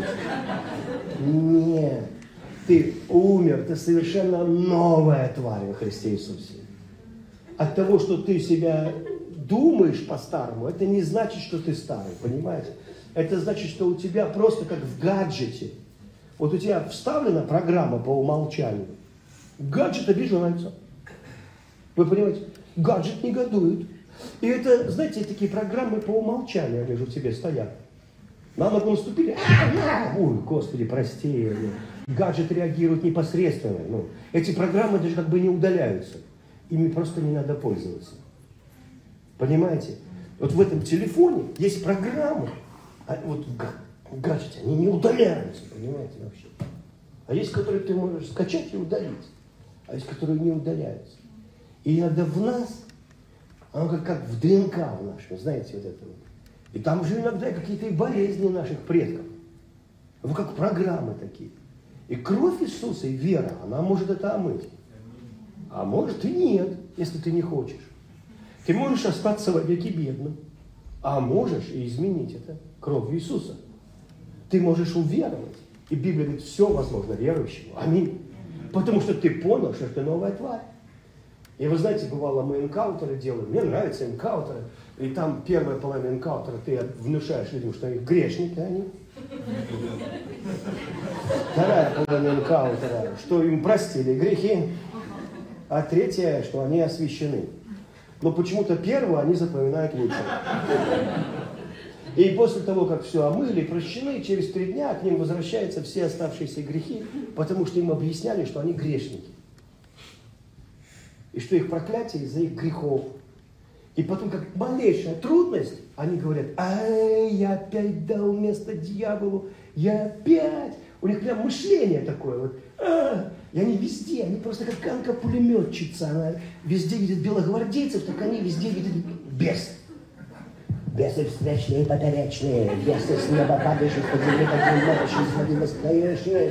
Нет. Ты умер, ты совершенно новая тварь во Христе Иисусе. От того, что ты себя думаешь по-старому, это не значит, что ты старый, понимаете? Это значит, что у тебя просто как в гаджете. Вот у тебя вставлена программа по умолчанию. Гаджет обижается. Вы понимаете? Гаджет негодует. И это, знаете, такие программы по умолчанию, они же у тебя стоят. На ногу наступили. Ой, Господи, прости. Гаджет реагирует непосредственно. Ну, эти программы даже как бы не удаляются. Ими просто не надо пользоваться. Понимаете? Вот в этом телефоне есть программы. А вот в гаджете они не удаляются, понимаете, вообще. А есть, которые ты можешь скачать и удалить. А есть, которые не удаляются. И иногда в нас, оно как, как в ДНК в нашем, знаете, вот это вот. И там же иногда какие-то и болезни наших предков. Вот как программы такие. И кровь Иисуса и вера, она может это омыть. А может и нет, если ты не хочешь. Ты можешь остаться вовеки бедным. А можешь и изменить это кровью Иисуса. Ты можешь уверовать. И Библия говорит, все возможно верующему. Аминь. Потому что ты понял, что ты новая тварь. И вы знаете, бывало, мы энкаунтеры делаем. Мне нравятся энкаунтеры. И там первая половина энкаунтера, ты внушаешь людям, что они грешники, они. Вторая половина энкаунтера, что им простили грехи. А третья, что они освящены. Но почему-то первую они запоминают лучше. И после того, как все омыли, прощены, через три дня к ним возвращаются все оставшиеся грехи, потому что им объясняли, что они грешники. И что их проклятие из-за их грехов. И потом, как малейшая трудность, они говорят, ай, я опять дал место дьяволу, я опять. У них прям мышление такое вот. А! И они везде, они просто как Анка-пулеметчица. Она везде видит белогвардейцев, так они везде видят бес. Бесы встречные, поперечные, бесы с неба падающие, под земли поднимающие, с воды восстающие.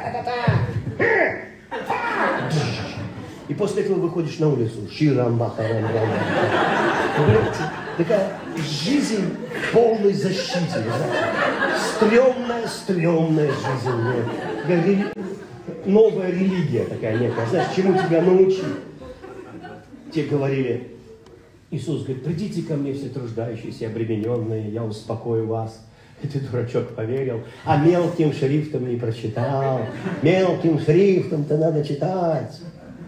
И после этого выходишь на улицу. Ширам-бахарам. Такая жизнь в полной защите. Стрёмная, стрёмная жизнь. Новая религия такая некая. Знаешь, чему тебя научить? Те говорили, Иисус говорит, придите ко мне все труждающиеся, обремененные, я успокою вас. И ты, дурачок, поверил, а мелким шрифтом не прочитал. Мелким шрифтом-то надо читать.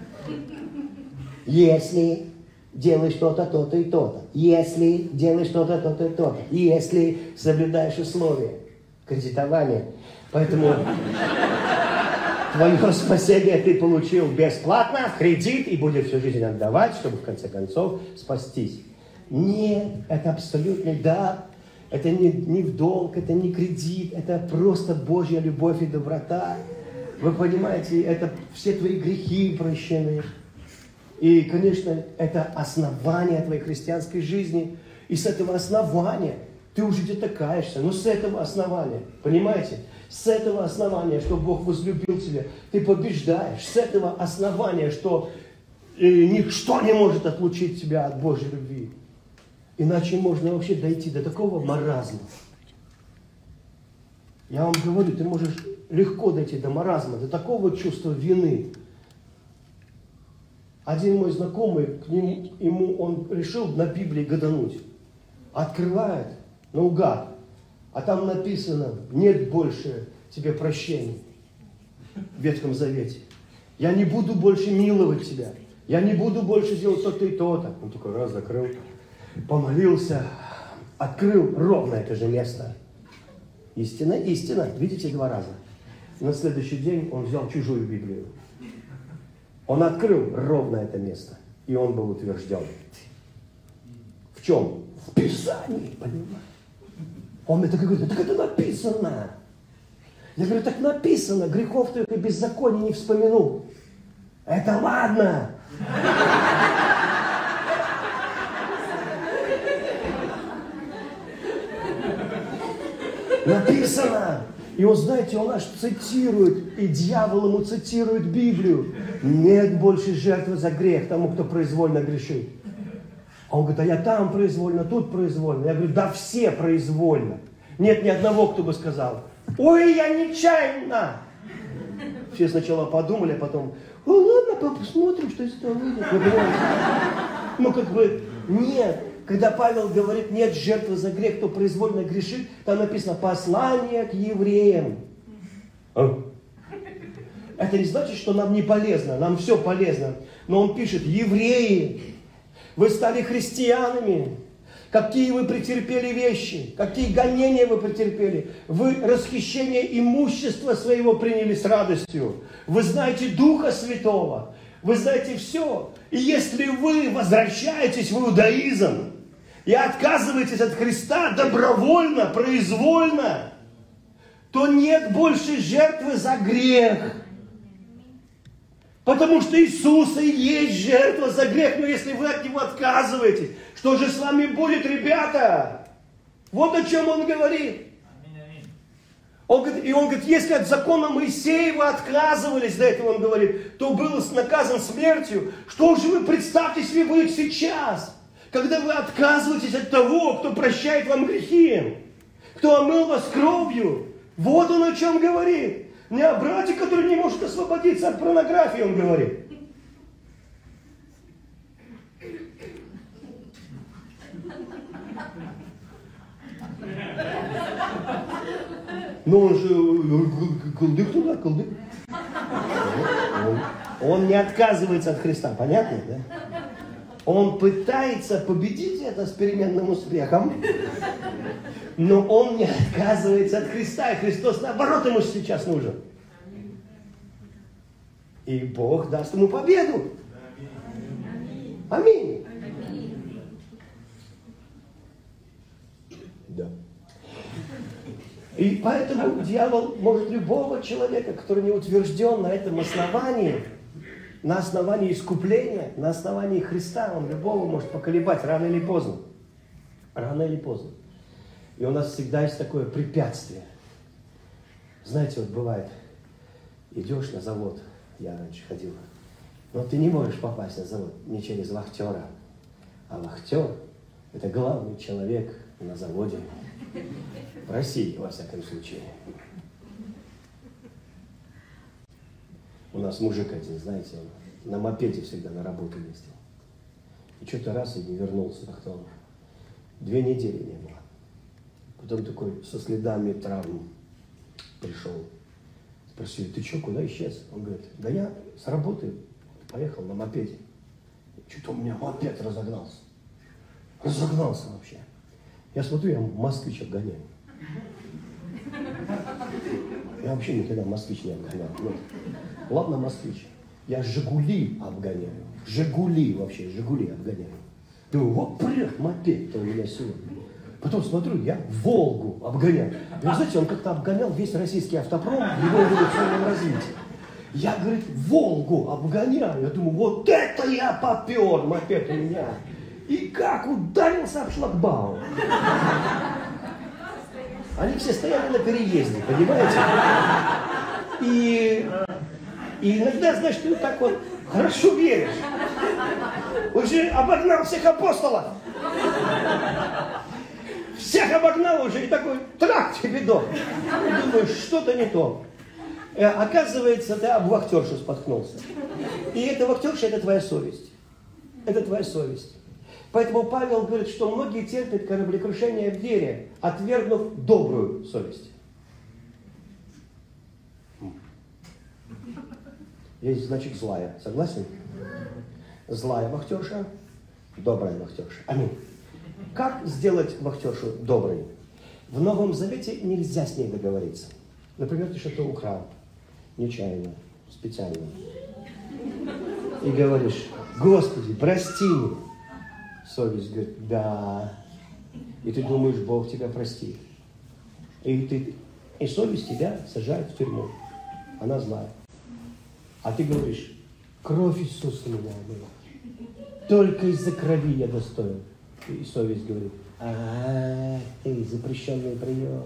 Если делаешь то-то, то-то и то-то. Если делаешь то-то, то-то и то-то. Если соблюдаешь условия кредитования. Поэтому твое спасение ты получил бесплатно, в кредит, и будешь всю жизнь отдавать, чтобы в конце концов спастись. Нет, это абсолютный дар. Это не, не в долг, это не кредит, это просто Божья любовь и доброта. Вы понимаете, это все твои грехи прощены. И, конечно, это основание твоей христианской жизни. И с этого основания ты уже где-то каешься. Но с этого основания, понимаете? С этого основания, что Бог возлюбил тебя, ты побеждаешь. С этого основания, что э, ничто не может отлучить тебя от Божьей любви. Иначе можно вообще дойти до такого маразма. Я вам говорю, ты можешь легко дойти до маразма, до такого чувства вины. Один мой знакомый, к нему, ему он решил на Библии гадануть. Открывает наугад, а там написано, нет больше тебе прощения в Ветхом Завете. Я не буду больше миловать тебя. Я не буду больше делать то-то и то-то. Он такой раз закрыл, помолился, открыл ровно это же место. Истина, истина. Видите, два раза. На следующий день он взял чужую Библию. Он открыл ровно это место. И он был утвержден. В чем? В Писании, понимаешь? Он мне так говорит, так это написано. Я говорю, так написано, грехов твоих и беззаконий не вспомянул. Это ладно. Написано. И он, знаете, он аж цитирует, и дьявол ему цитирует Библию. Нет больше жертвы за грех тому, кто произвольно грешит. А он говорит, а я там произвольно, тут произвольно. Я говорю, да все произвольно. Нет ни одного, кто бы сказал, ой, я нечаянно. Все сначала подумали, а потом, о, ладно, посмотрим, что из этого выйдет. Ну, как бы, нет. Когда Павел говорит, нет жертвы за грех, кто произвольно грешит, там написано послание к евреям. А? Это не значит, что нам не полезно, нам все полезно. Но он пишет, евреи, вы стали христианами, какие вы претерпели вещи, какие гонения вы претерпели. Вы расхищение имущества своего приняли с радостью. Вы знаете Духа Святого, вы знаете все. И если вы возвращаетесь в иудаизм, и отказываетесь от Христа добровольно, произвольно, то нет больше жертвы за грех. Потому что Иисус и есть жертва за грех. Но если вы от Него отказываетесь, что же с вами будет, ребята? Вот о чем Он говорит. Он говорит, и он говорит, если от закона Моисея вы отказывались, до этого он говорит, то был наказан смертью. Что же вы, представьте себе, будет сейчас? Когда вы отказываетесь от того, кто прощает вам грехи, кто омыл вас кровью. Вот он о чем говорит. Не о брате, который не может освободиться от порнографии, он говорит. Но он же колдык туда, колдык. Он, он не отказывается от Христа, понятно, да? Он пытается победить это с переменным успехом, но он не отказывается от Христа, и Христос, наоборот, ему сейчас нужен. И Бог даст ему победу. Аминь. Да. И поэтому дьявол может любого человека, который не утвержден на этом основании, на основании искупления, на основании Христа, он любого может поколебать рано или поздно. Рано или поздно. И у нас всегда есть такое препятствие. Знаете, вот бывает, идешь на завод, я раньше ходил, но ты не можешь попасть на завод не через вахтера. А вахтер – это главный человек на заводе. В России, во всяком случае. У нас мужик один, знаете, он на мопеде всегда на работу ездил. И что-то раз и не вернулся, как-то он две недели не было. Потом такой со следами травм пришел. Спросили, ты что, куда исчез? Он говорит, да я с работы поехал на мопеде. Что-то у меня мопед разогнался. Разогнался вообще. Я смотрю, я москвич обгоняю. Я вообще никогда москвич не обгонял. Нет. Ладно, москвич. Я Жигули обгоняю. Жигули вообще, Жигули обгоняю. Думаю, вот прет мопед-то у меня сегодня. Потом смотрю, я Волгу обгоняю. И вы знаете, он как-то обгонял весь российский автопром в его эволюционном развитии. Я, говорит, Волгу обгоняю. Я думаю, вот это я попер, мопед у меня. И как ударился об шлагбаум. Они все стояли на переезде, понимаете? И, и иногда, знаешь, ты вот так вот хорошо веришь. Уже обогнал всех апостолов. Всех обогнал уже, и такой трак тебе дом. И думаешь, что-то не то. И, оказывается, ты об вахтершу споткнулся. И эта вахтерша – это твоя совесть. Это твоя совесть. Поэтому Павел говорит, что многие терпят кораблекрушение в вере, отвергнув добрую совесть. Есть, значит, злая. Согласен? Злая вахтерша, добрая вахтерша. Аминь. Как сделать вахтершу доброй? В Новом Завете нельзя с ней договориться. Например, ты что-то украл. нечаянно, специально. И говоришь: Господи, прости меня. Совесть говорит: да. И ты думаешь, Бог тебя простит. И, ты, и совесть тебя сажает в тюрьму. Она злая. А ты говоришь: кровь Иисуса меня омыла. Только из-за крови я достоин. И совесть говорит: а, ты запрещенный прием.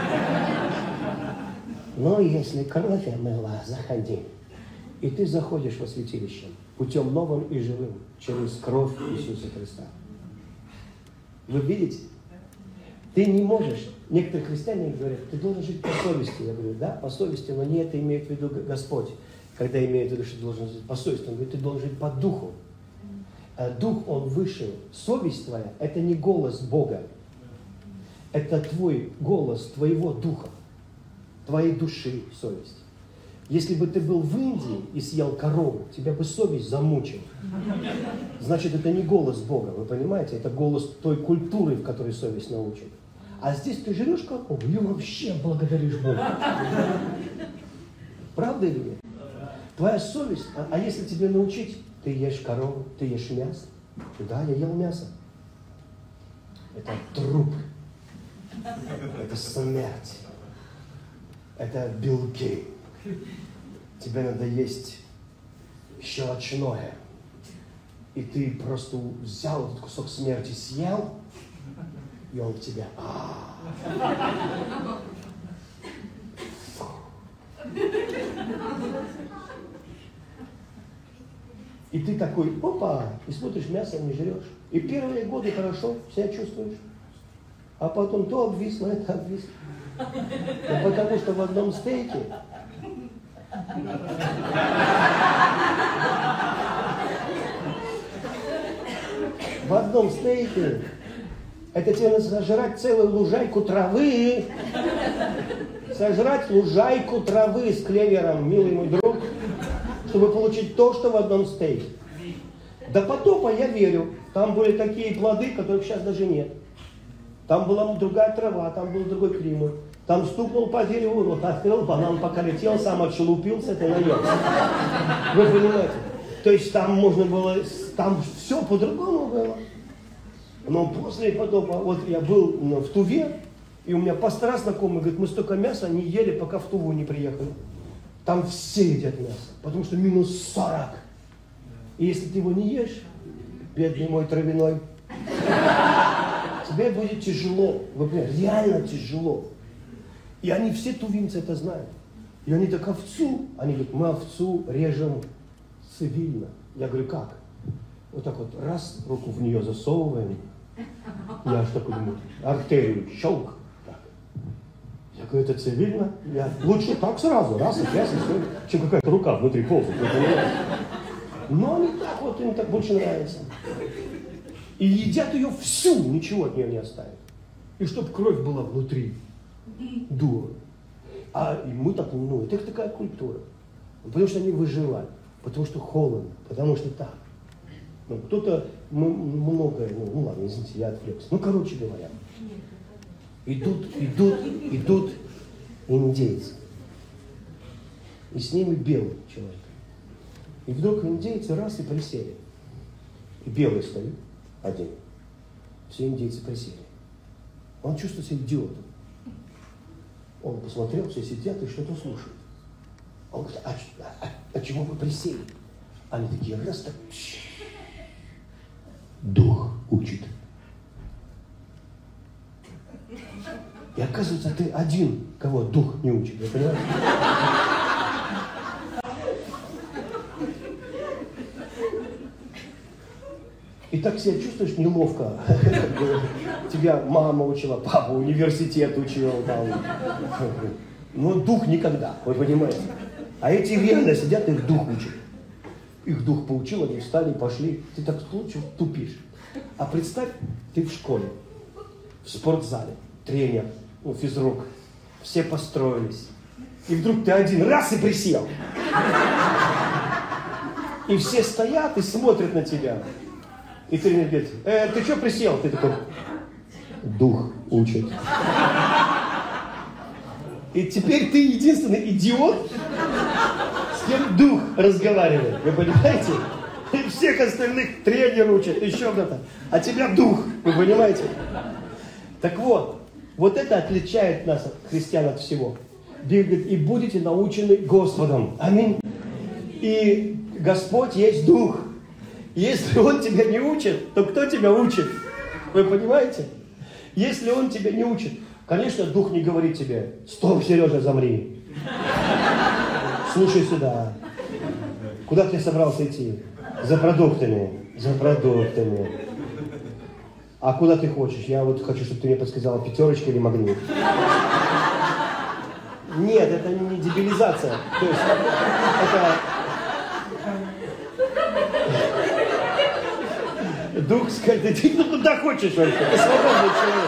Но если кровь омыла, заходи. И ты заходишь во святилище путем новым и живым, через кровь Иисуса Христа. Вы видите? Ты не можешь. Некоторые христиане говорят: ты должен жить по совести. Я говорю: да, по совести, но не это имеет в виду Господь. Когда имеет в виду, что ты должен жить по совести, Он говорит: ты должен жить по духу. А дух, он выше. Совесть твоя – это не голос Бога. Это твой голос, твоего духа, твоей души совесть. Если бы ты был в Индии и съел корову, тебя бы совесть замучила. Значит, это не голос Бога, вы понимаете? Это голос той культуры, в которой совесть научена. А здесь ты жрешь корову и вообще благодаришь Бога. Правда или нет? Твоя совесть, а, а если тебе научить, ты ешь корову, ты ешь мясо. Да, я ел мясо. Это труп. Это смерть. Это белки. Тебе надо есть щелочное. И ты просто взял этот кусок смерти, съел, и он в тебя. И ты такой: опа, и смотришь, мясо не жрешь. И первые годы хорошо себя чувствуешь. А потом то обвисло, это обвисло. Да потому что в одном стейке в одном стейке это тебе надо сожрать целую лужайку травы. Сожрать лужайку травы с клевером, милый мой друг, чтобы получить то, что в одном стейке. До потопа, я верю, там были такие плоды, которых сейчас даже нет. Там была другая трава, там был другой климат. Там стукнул по дереву, вот открыл, банан пока летел, сам отшелупился, ты наелся. Вы понимаете? То есть там можно было, там все по-другому было. Но после потопа, вот я был в Туве, и у меня пастора знакомый говорит: мы столько мяса не ели, пока в Туву не приехали. Там все едят мясо, потому что минус сорок. И если ты его не ешь, бедный мой травяной, тебе будет тяжело. Вы понимаете, реально тяжело. И они все тувинцы это знают. И они так: овцу, они говорят: мы овцу режем цивильно. Я говорю: как? Вот так вот, раз, руку в нее засовываем. Я аж такой думаю, артерию щелк. Так. Я говорю: это цивильно? Я лучше так сразу, раз и раз, и все, чем какая-то рука внутри ползает. Но они так вот, им так больше нравится. И едят ее всю, ничего от нее не оставят. И чтоб кровь была внутри. Дура. А и мы так, ну, это их такая культура. Потому что они выживали. Потому что холодно. Потому что так. Ну, кто-то многое, ну, ну ладно, извините, я отвлекся. Ну, короче говоря. Идут, идут, идут индейцы. И с ними белый человек. И вдруг индейцы раз и присели. И белый стоит один. Все индейцы присели. Он чувствует себя идиотом. Он посмотрел, все сидят и что-то слушают. Он говорит: а, а, а чего вы присели? Они такие: раз так. Дух учит. И оказывается, ты один, кого дух не учит. Вы понимаете? И так себя чувствуешь неловко. Тебя мама учила, папа университет учил. Там. Но дух никогда, вы понимаете. А эти реально сидят, их дух учат. Их дух поучил, они встали, пошли. Ты так тупишь. А представь, ты в школе, в спортзале, тренер, ну, физрук. Все построились. И вдруг ты один раз и присел. И все стоят и смотрят на тебя. И тренер говорит: э, ты что присел? Ты такой: дух учит. И теперь ты единственный идиот, кем дух разговаривает, вы понимаете? И всех остальных тренер учат, еще кто-то. А тебя дух, вы понимаете? Так вот, вот это отличает нас, от христиан, от всего. Библия говорит, и будете научены Господом. Аминь. И Господь есть дух. Если Он тебя не учит, то кто тебя учит? Вы понимаете? Если Он тебя не учит, конечно, дух не говорит тебе, стоп, Сережа, замри. Слушай сюда. Куда ты собрался идти? За продуктами. За продуктами. А куда ты хочешь? Я вот хочу, чтобы ты мне подсказала, пятерочка или магнит. Нет, это не дебилизация. То есть, это... Дух скажет, ты ну, куда хочешь вообще? Ты свободный человек.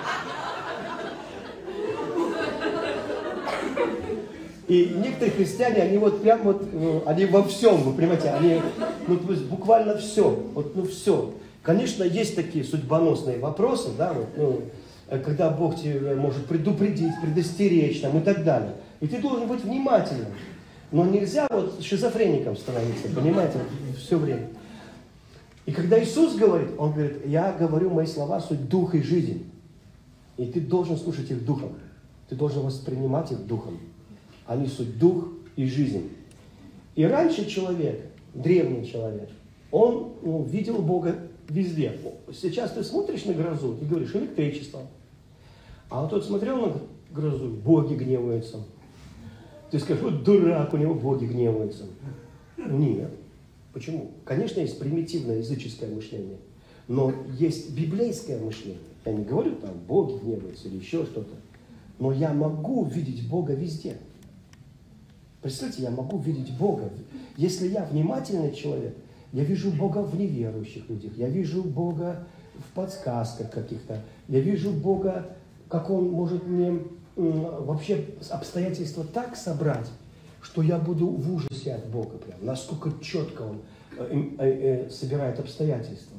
И некоторые христиане, они вот прям вот, ну, они во всем, вы понимаете, они, ну, то есть буквально все, вот, ну, все. Конечно, есть такие судьбоносные вопросы, да, вот, ну, когда Бог тебя может предупредить, предостеречь, там, и так далее. И ты должен быть внимательным. Но нельзя вот шизофреником становиться, понимаете, вот, все время. И когда Иисус говорит, Он говорит, я говорю мои слова, суть дух и жизнь. И ты должен слушать их духом. Ты должен воспринимать их духом. Они суть дух и жизнь. И раньше человек, древний человек, он ну, видел Бога везде. Сейчас ты смотришь на грозу и говоришь, электричество. А вот тот смотрел на грозу, боги гневаются. Ты скажешь, вот дурак, у него боги гневаются. Нет. Почему? Конечно, есть примитивное языческое мышление, но есть библейское мышление. Я не говорю, там, боги гневаются или еще что-то. Но я могу видеть Бога везде. Представьте, я могу видеть Бога. Если я внимательный человек, я вижу Бога в неверующих людях, я вижу Бога в подсказках каких-то, я вижу Бога, как Он может мне вообще обстоятельства так собрать, что я буду в ужасе от Бога прям, насколько четко Он э, э, э, собирает обстоятельства.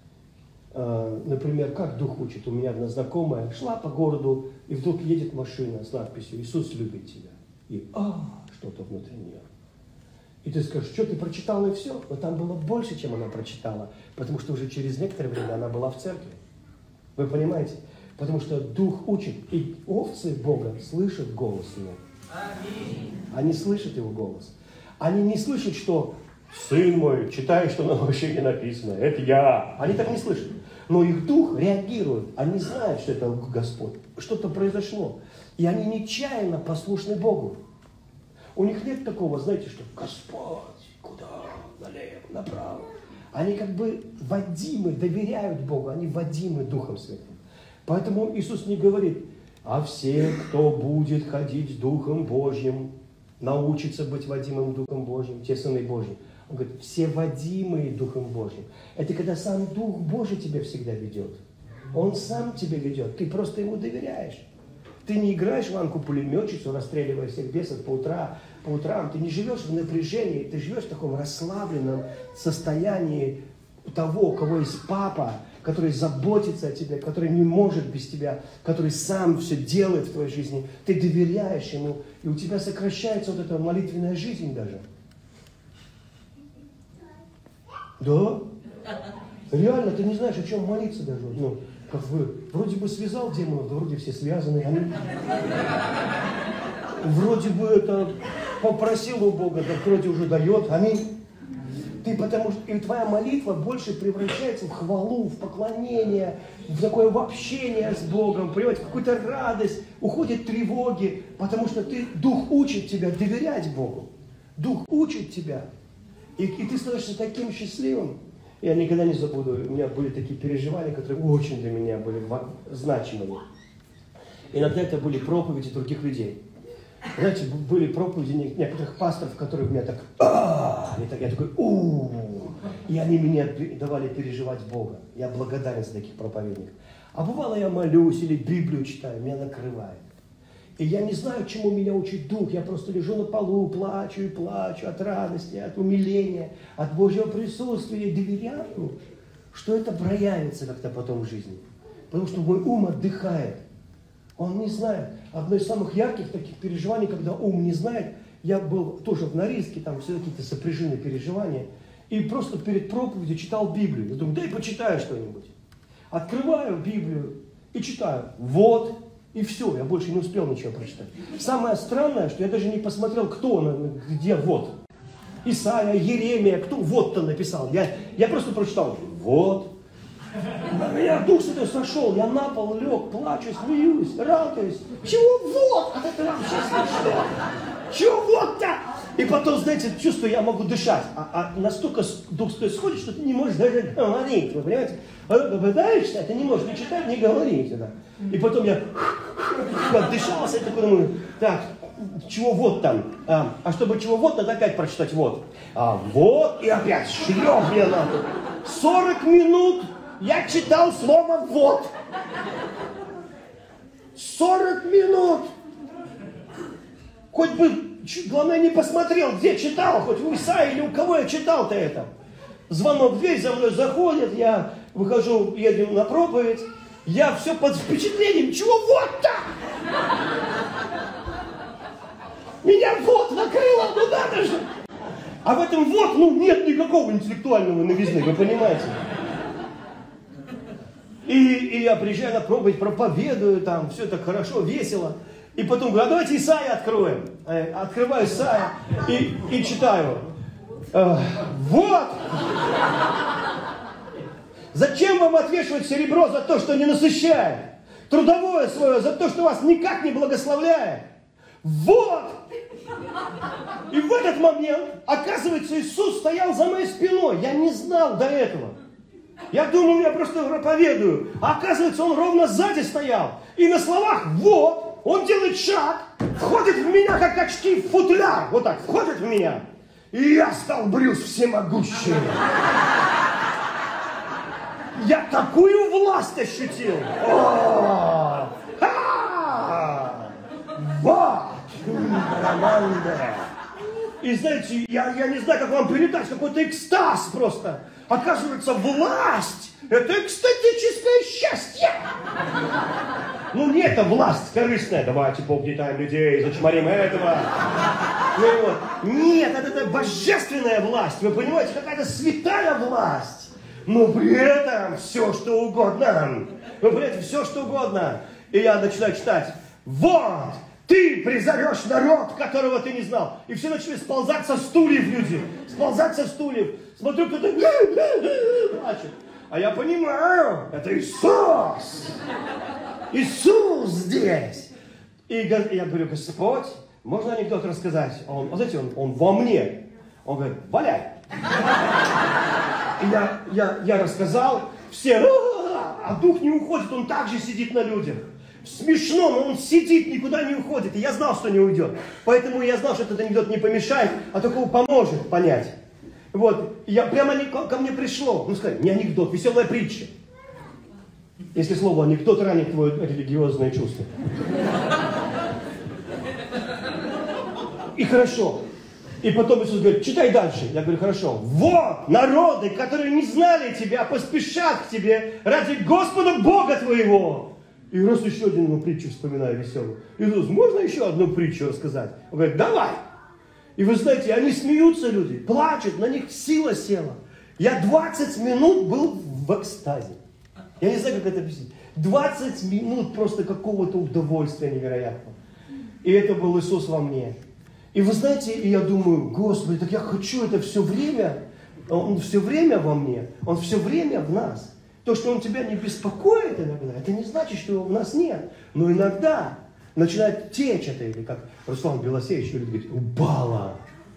Э, например, как Дух учит, у меня одна знакомая шла по городу, и вдруг едет машина с надписью «Иисус любит тебя». И а, что-то внутри нее. И ты скажешь, что ты прочитала и все? Но там было больше, чем она прочитала, потому что уже через некоторое время она была в церкви. Вы понимаете? Потому что Дух учит, и овцы Бога слышат голос Его. Они слышат Его голос. Они не слышат, что «Сын мой, читай, что на машине написано, это я». Они так не слышат. Но их дух реагирует. Они знают, что это Господь. Что-то произошло. И они нечаянно послушны Богу. У них нет такого, знаете, что «Господь, куда? Налево, направо». Они как бы водимы, доверяют Богу. Они водимы Духом Святым. Поэтому Иисус не говорит, а все, кто будет ходить Духом Божьим, научится быть водимым Духом Божьим, те сыны Божьи. Он говорит, все водимые Духом Божьим. Это когда сам Дух Божий тебя всегда ведет. Он сам тебя ведет, ты просто Ему доверяешь. Ты не играешь в Анку-пулеметчицу, расстреливая всех бесов по, утра, по утрам. Ты не живешь в напряжении, ты живешь в таком расслабленном состоянии того, у кого есть папа, который заботится о тебе, который не может без тебя, который сам все делает в твоей жизни. Ты доверяешь Ему, и у тебя сокращается вот эта молитвенная жизнь даже. Да? Реально, ты не знаешь, о чем молиться даже. Ну, как бы, вроде бы связал демонов, да вроде все связаны. Они... Вроде бы это попросил у Бога, так вроде уже дает. Аминь. Ты потому что и твоя молитва больше превращается в хвалу, в поклонение, в такое в общение с Богом, понимаете, в какую-то радость, уходят тревоги, потому что ты, Дух учит тебя доверять Богу. Дух учит тебя. И, и ты становишься таким счастливым. Я никогда не забуду, у меня были такие переживания, которые очень для меня были значимыми. Иногда это были проповеди других людей. Знаете, были проповеди некоторых пасторов, которые меня так, а я такой, у и они меня давали переживать Бога. Я благодарен за таких проповедников. А бывало, я молюсь или Библию читаю, меня накрывает. И я не знаю, чему меня учит Дух. Я просто лежу на полу, плачу и плачу от радости, от умиления, от Божьего присутствия. И доверяю, что это проявится как-то потом в жизни. Потому что мой ум отдыхает. Он не знает. Одно из самых ярких таких переживаний, когда ум не знает, я был тоже в Норильске, там все какие-то сопряженные переживания. И просто перед проповедью читал Библию. Я думаю, дай почитаю что-нибудь. Открываю Библию и читаю. Вот. И все, я больше не успел ничего прочитать. Самое странное, что я даже не посмотрел, кто, где вот. Исайя, Еремия, кто вот-то написал. Я, я просто прочитал. Вот. На меня Дух Святой сошел. Я на пол лег, плачу, смеюсь, радуюсь. Чего вот? А это вообще смешно. Чего вот-то? И потом, знаете, чувствую, я могу дышать. А, а настолько Дух Святой сходит, что ты не можешь даже говорить. Вы понимаете? Пытаешься, ты не можешь ни читать, ни говорить. Да? И потом я отдышался и такой думаю, так, чего вот там? А, а чтобы чего вот, надо опять прочитать вот. А вот и опять шлеп мне нахуй. сорок минут я читал слово вот. сорок минут. Хоть бы, главное, не посмотрел, где читал, хоть в Исаии или у кого я читал-то это. Звонок в дверь, за мной заходит, я выхожу, еду на проповедь. Я все под впечатлением, чего вот-то? Меня вот накрыло, ну надо же! А в этом вот, ну, нет никакого интеллектуального новизны, вы понимаете? И, и я приезжаю на проповедь, проповедую, там, все так хорошо, весело. И потом говорю, а давайте Исаия откроем. Открываю Исаия и, и читаю. Вот! Зачем вам отвешивать серебро за то, что не насыщает? Трудовое свое за то, что вас никак не благословляет? Вот! И в этот момент, оказывается, Иисус стоял за моей спиной. Я не знал до этого. Я думал, я просто проповедую. А оказывается, он ровно сзади стоял. И на словах «вот» он делает шаг, входит в меня, как очки в футляр. Вот так, входит в меня. И я стал Брюс всемогущий. Я такую власть ощутил. О! Ха! Вот! И знаете, я, я не знаю, как вам передать, какой-то экстаз просто. Оказывается, власть – это экстатическое счастье. Ну, не это власть корыстная. Давайте поугнетаем людей, зачморим этого. Ну, вот. Нет, это, это божественная власть. Вы понимаете, какая-то святая власть. Но при этом все, что угодно. Вы понимаете, все, что угодно. И я начинаю читать. Вот, ты призовешь народ, которого ты не знал. И все начали сползать со стульев люди. Сползать со стульев. Смотрю, кто-то плачет. А я понимаю, это Иисус. Иисус здесь. И я говорю, Господь, можно анекдот рассказать? Он, знаете, он, он во мне. Он говорит, валяй. И я, я, я рассказал, все, а дух не уходит, он также сидит на людях. Смешно, но он сидит, никуда не уходит. И я знал, что не уйдет. Поэтому я знал, что этот анекдот не помешает, а только поможет понять. Вот, и я прямо ко мне пришло. Ну, сказать, не анекдот, веселая притча. Если слово анекдот ранит твое религиозное чувство. И хорошо. И потом Иисус говорит, читай дальше. Я говорю, хорошо. Вот народы, которые не знали тебя, поспешат к тебе ради Господа Бога твоего. И раз еще одну притчу вспоминаю веселую. Иисус, можно еще одну притчу рассказать? Он говорит, давай. И вы знаете, они смеются люди, плачут, на них сила села. Я двадцать минут был в экстазе. Я не знаю, как это объяснить. двадцать минут просто какого-то удовольствия невероятного. И это был Иисус во мне. И вы знаете, и я думаю, Господи, так я хочу это все время. Он все время во мне, Он все время в нас. То, что Он тебя не беспокоит иногда, это не значит, что его в нас нет. Но иногда начинает течь это, или как Руслан Белосеевич любит говорить, упала.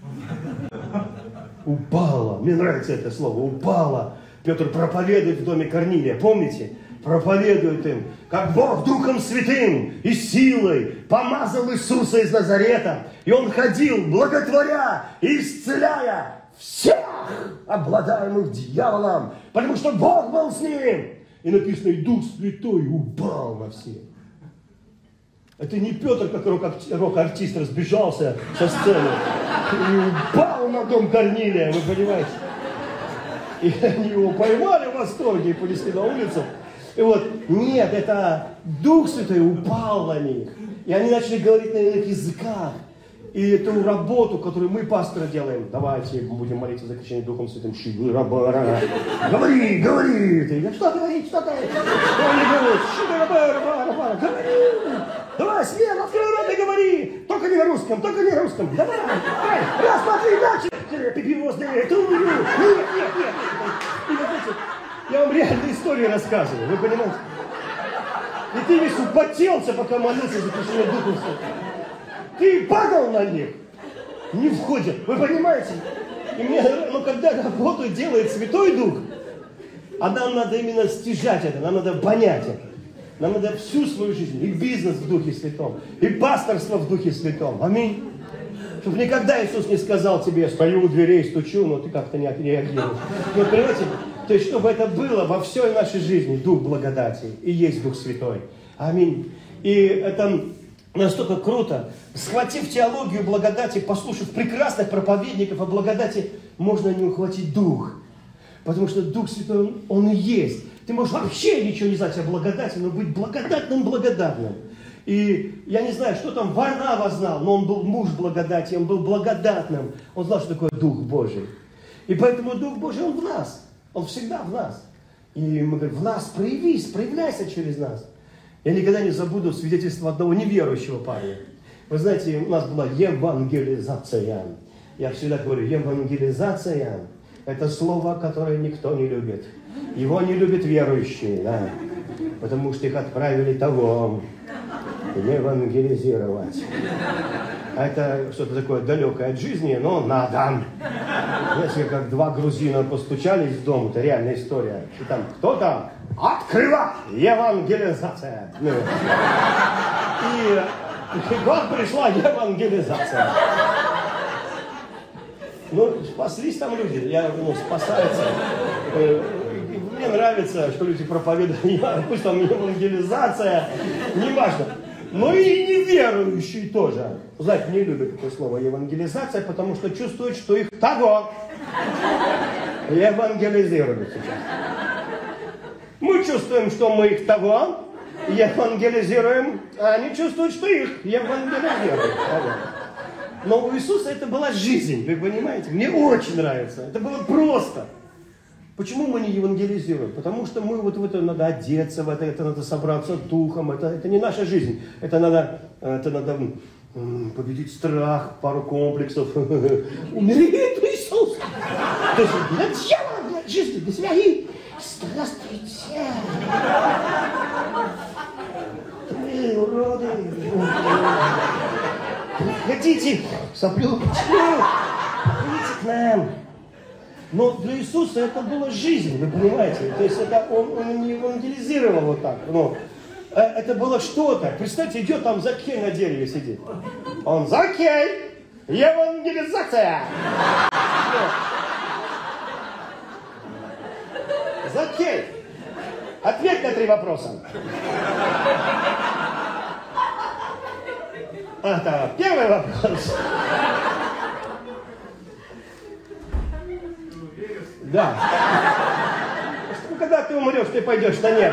Упала. Мне нравится это слово, упала. Петр проповедует в доме Корнилия, помните? Проповедует им, как Бог Духом Святым и силой помазал Иисуса из Назарета. И Он ходил, благотворя и исцеляя всех обладаемых дьяволом, потому что Бог был с ним. И написано, и Дух Святой упал на всех. Это не Петр, как рок-артист, разбежался со сцены и упал на дом Корнилия, вы понимаете? И они его поймали в восторге и понесли на улицу. И вот, нет, это Дух Святой упал на них. И они начали говорить на иных языках. И эту работу, которую мы, пасторы, делаем, давайте будем молиться за крещение Духом Святым. Говори, говори. Ты, я, что говорить, что говорить? Говори. Давай, смело, открой рот и говори. Только не на русском, только не на русском. Давай, давай. Раз, два, три, дальше. Пипивозные. Нет, нет, нет. И вот эти, я вам реальную историю рассказываю, вы понимаете? И ты весь употелся, пока молился за крещение Духом Святым. Ты падал на них, не входят, вы понимаете? И мне, ну, когда работу делает Святой Дух, а нам надо именно стяжать это, нам надо понять это. Нам надо всю свою жизнь, и бизнес в Духе Святом, и пасторство в Духе Святом. Аминь. Чтобы никогда Иисус не сказал тебе, стою у дверей, стучу, но ты как-то не реагируешь. Ну, понимаете? То есть, чтобы это было во всей нашей жизни, Дух благодати, и есть Дух Святой. Аминь. И это настолько круто. Схватив теологию благодати, послушав прекрасных проповедников о благодати, можно не ухватить Дух. Потому что Дух Святой, Он, он и есть. Ты можешь вообще ничего не знать о благодати, но быть благодатным-благодатным. И я не знаю, что там Варнава знал, но он был муж благодати, он был благодатным. Он знал, что такое Дух Божий. И поэтому Дух Божий, Он в нас. Он всегда в нас. И мы говорим, в нас проявись, проявляйся через нас. Я никогда не забуду свидетельство одного неверующего парня. Вы знаете, у нас была евангелизация. Я всегда говорю, евангелизация – это слово, которое никто не любит. Его не любят верующие, да, потому что их отправили того евангелизировать. А это что-то такое далекое от жизни, но надо. Знаете, как два грузина постучались в дом, это реальная история. И там, кто там? Открывать! Евангелизация! Ну. И, и вот пришла евангелизация. Ну, спаслись там люди, я, ну, спасаются. Мне нравится, что люди проповедуют, пусть там евангелизация, не важно. Но и неверующие тоже. Знаете, не любят это слово евангелизация, потому что чувствуют, что их того евангелизируют сейчас. Мы чувствуем, что мы их того евангелизируем, а они чувствуют, что их евангелизируют. Но у Иисуса это была жизнь, вы понимаете? Мне очень нравится. Это было просто. Почему мы не евангелизируем? Потому что мы вот в это надо одеться, в это, это надо собраться духом. Это, это не наша жизнь. Это надо, это надо м, победить страх, пару комплексов. Умереть Иисус. То есть для дьявола, для жизни, для себя и здравствуйте. Вы уроды. Хотите, соплю, идите к нам. Но для Иисуса это была жизнь, вы понимаете? То есть это он, он не евангелизировал вот так. Но это было что-то. Представьте, идет там Закхей на дереве сидит. Он Закхей, евангелизация. Закхей, ответь на три вопроса. А, так, первый вопрос. Да. Что, когда ты умрешь, ты пойдешь на небо.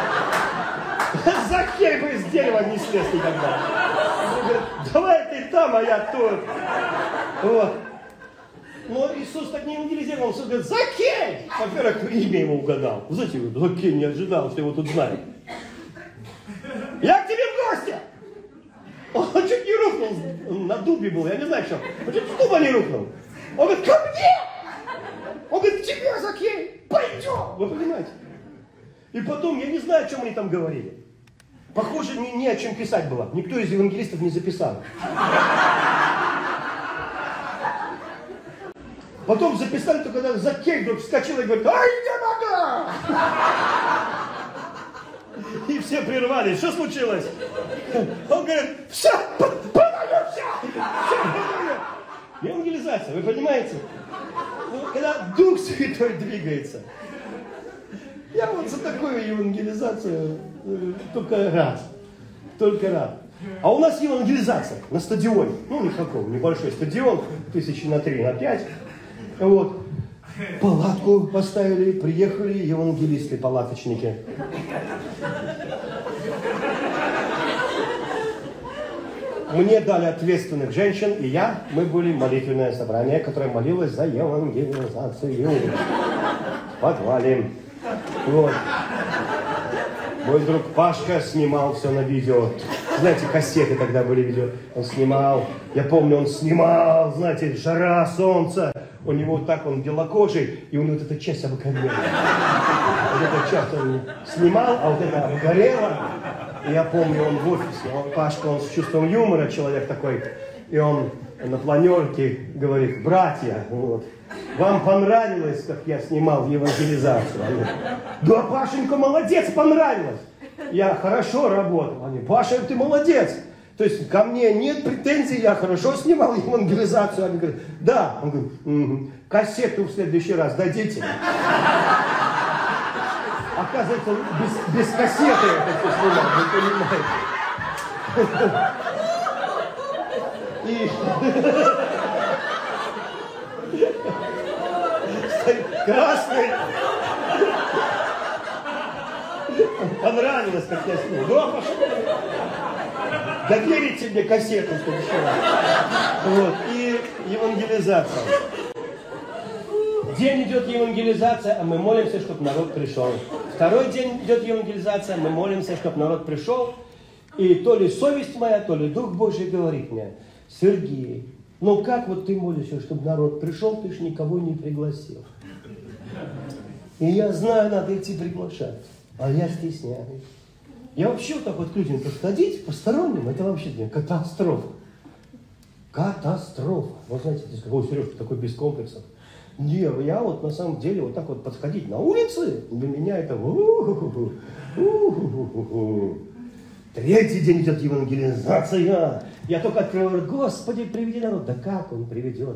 Закхей бы из дерева не слез никогда. Говорит, давай ты там, а я тут. Вот. Но Иисус так не евангелизировал. Он говорит, Закхей! Во-первых, имя его угадал. Знаете, Закхей не ожидал, что его тут знают. Я к тебе в гости! Он чуть не рухнул, он на дубе был, я не знаю, что. Он чуть с дуба не рухнул. Он говорит, ко мне! Он говорит, к тебе, Закхей, пойдем! Вы понимаете? И потом, я не знаю, о чем они там говорили. Похоже, не, не о чем писать было. Никто из евангелистов не записал. Потом записали, только когда Закхей вдруг вскочил и говорит, ай, не надо! И все прервались. Что случилось? Он говорит, все, продаю все! Все продаю! Евангелизация, вы понимаете? Ну, когда Дух Святой двигается. Я вот за такую евангелизацию э, только рад. Только рад. А у нас евангелизация на стадионе. Ну, никакого, небольшой стадион, тысячи на три, на пять. Вот. Палатку поставили, приехали евангелисты, палаточники. мне дали ответственных женщин, и я, мы были молитвенное собрание, которое молилось за евангелизацию в подвале. Вот. Мой друг Пашка снимал все на видео. Знаете, кассеты тогда были видео. Он снимал, я помню, он снимал, знаете, жара, солнце. У него вот так, он белокожий, и у него вот эта часть обгорела. Вот эта часть он снимал, а вот это обгорело. И я помню, он в офисе, он, Пашка, он с чувством юмора человек такой. И он на планерке говорит: братья, вот, вам понравилось, как я снимал евангелизацию? Они: да, Пашенька, молодец, понравилось. Я хорошо работал. Они: Паша, ты молодец. То есть ко мне нет претензий, я хорошо снимал евангелизацию. Они говорят: да. Он говорит: угу. Кассету в следующий раз дадите. Оказывается, без, без кассеты это все снимал, вы понимаете. И красный. Понравилось, как я снимал. Да, пошел. Доверите мне кассету в следующий раз. Вот. И евангелизация. День идет евангелизация, а мы молимся, чтобы народ пришел. Второй день идет евангелизация, мы молимся, чтобы народ пришел. И то ли совесть моя, то ли Дух Божий говорит мне: Сергей, ну как вот ты молишься, чтобы народ пришел, ты ж никого не пригласил. И я знаю, надо идти приглашать, а я стесняюсь. Я вообще вот так вот к людям подходить, посторонним, это вообще для меня катастрофа. Катастрофа. Вы знаете, ты сказал: Сережка, такой без комплексов. Не, я вот на самом деле вот так вот подходить на улице, для меня это... Третий день идет евангелизация. Я только открываю: Господи, приведи народ. Да как он приведет?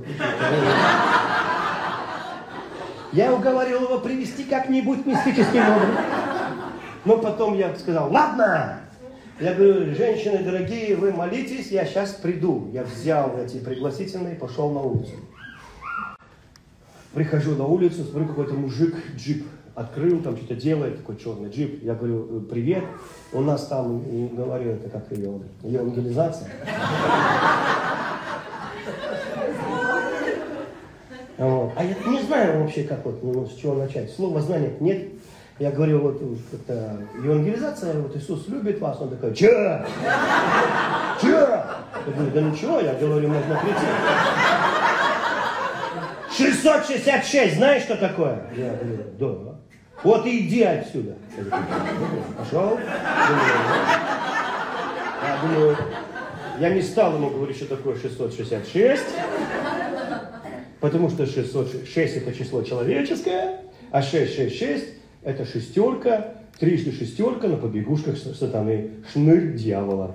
Я уговорил его привести как-нибудь мистическим образом. Но потом я сказал: ладно. Я говорю: женщины дорогие, вы молитесь, я сейчас приду. Я взял эти пригласительные и пошел на улицу. Прихожу на улицу, смотрю, какой-то мужик джип открыл, там что-то делает, такой черный джип. Я говорю: привет, у нас там, и говорю, это как ее, евангелизация. Вот. А я не знаю вообще, как вот, ну, с чего начать. Слова знания нет. Я говорю: вот это евангелизация, вот Иисус любит вас. Он такой: че? Че? Я говорю: да ничего, я говорю, можно прийти. шестьсот шестьдесят шесть, знаешь, что такое? Я говорю: да. Вот и иди отсюда. Я говорю: пошел. Я думаю, я не стал ему говорить, что такое шестьсот шестьдесят шесть, потому что шестьсот шесть это число человеческое, а шестьсот шестьдесят шесть это шестерка, трижды шестерка на побегушках сатаны, шнырь дьявола.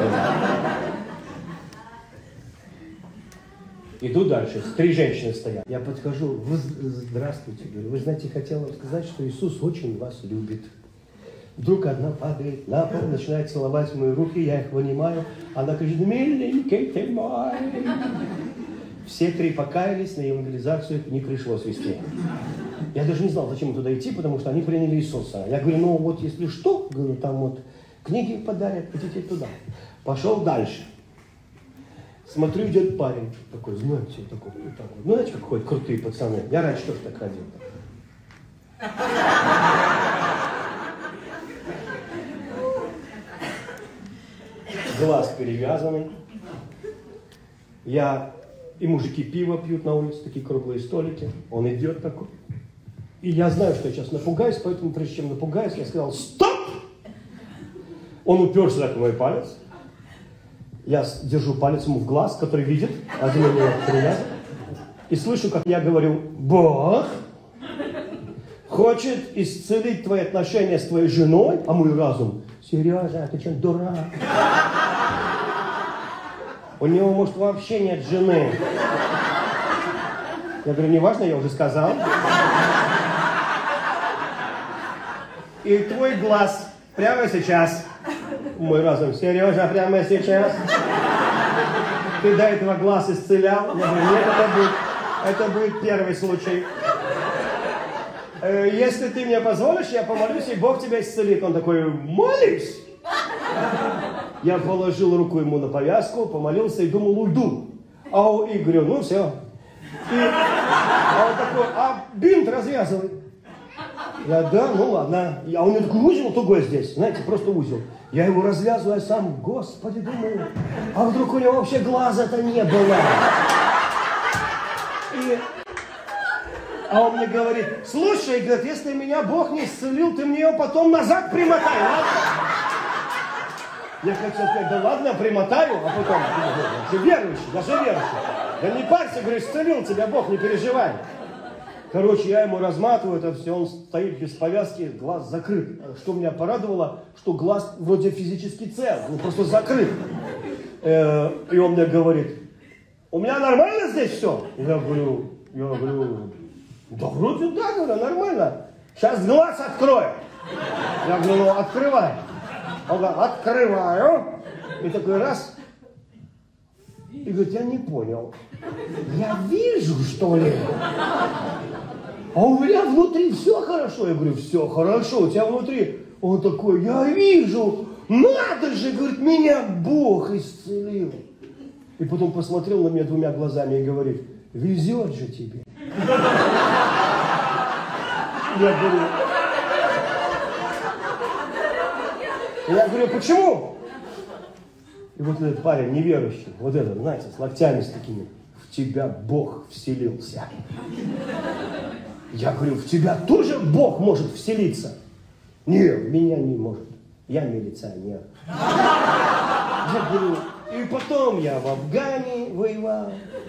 Иду дальше, три женщины стоят. Я подхожу: вы, здравствуйте, говорю, вы знаете, хотел вам сказать, что Иисус очень вас любит. Вдруг одна падает на пол, начинает целовать мои руки, я их вынимаю, она кричит: миленький ты мой. Все три покаялись, на евангелизацию не пришлось вести. Я даже не знал, зачем туда идти, потому что они приняли Иисуса. Я говорю: ну вот если что, говорю, там вот книги подарят, идите туда. Пошел дальше. Смотрю, идет парень такой, знаете, такой, вот так вот. Ну, знаете, как ходят крутые пацаны. Я раньше тоже так ходил. Глаз перевязанный. Я... И мужики пиво пьют на улице, такие круглые столики. Он идет такой. И я знаю, что я сейчас напугаюсь, поэтому прежде чем напугаюсь, я сказал: стоп! Он уперся так в мой палец. Я держу палец ему в глаз, который видит, один у него привязан. И слышу, как я говорю: Бог хочет исцелить твои отношения с твоей женой, а мой разум: Сережа, ты что, дурак? У него, может, вообще нет жены. Я говорю: неважно, я уже сказал. И твой глаз прямо сейчас. Мой разум: Сережа, прямо сейчас. Ты до этого глаз исцелял? Я говорю: нет, это будет, это будет первый случай. Если ты мне позволишь, я помолюсь, и Бог тебя исцелит. Он такой: молись. Я положил руку ему на повязку, помолился и думал, уйду. А он, и говорю, ну все. И, а он такой, а бинт развязывай. Я, да, ну ладно. А он мне такой, узел тугой здесь, знаете, просто узел. Я его развязываю, а сам, Господи, думаю, а вдруг у него вообще глаза-то не было. И, а он мне говорит, слушай, говорит, если меня Бог не исцелил, ты мне его потом назад примотай, ладно? Я хотел сказать, да ладно, примотаю, а потом, ты верующий, даже верующий. Да не парься, говорю, исцелил тебя Бог, не переживай. Короче, я ему разматываю это все, он стоит без повязки, глаз закрыт. Что меня порадовало, что глаз вроде физически цел, он просто закрыт. И он мне говорит, у меня нормально здесь все? Я говорю, я говорю, да вроде да, говорю, нормально. Сейчас глаз открою. Я говорю, ну открывай. Он говорит, открываю. И такой раз. И говорит, я не понял. Я вижу, что ли? А у меня внутри все хорошо. Я говорю, все хорошо, у тебя внутри. Он такой, я вижу. Надо же, говорит, меня Бог исцелил. И потом посмотрел на меня двумя глазами и говорит, везет же тебе. Я говорю, я говорю, почему? И вот этот парень неверующий, вот этот, знаете, с локтями с такими, в тебя Бог вселился. Я говорю, в тебя тоже Бог может вселиться? Нет, в меня не может. Я милиционер. Я говорю, и потом я в Афгане воевал.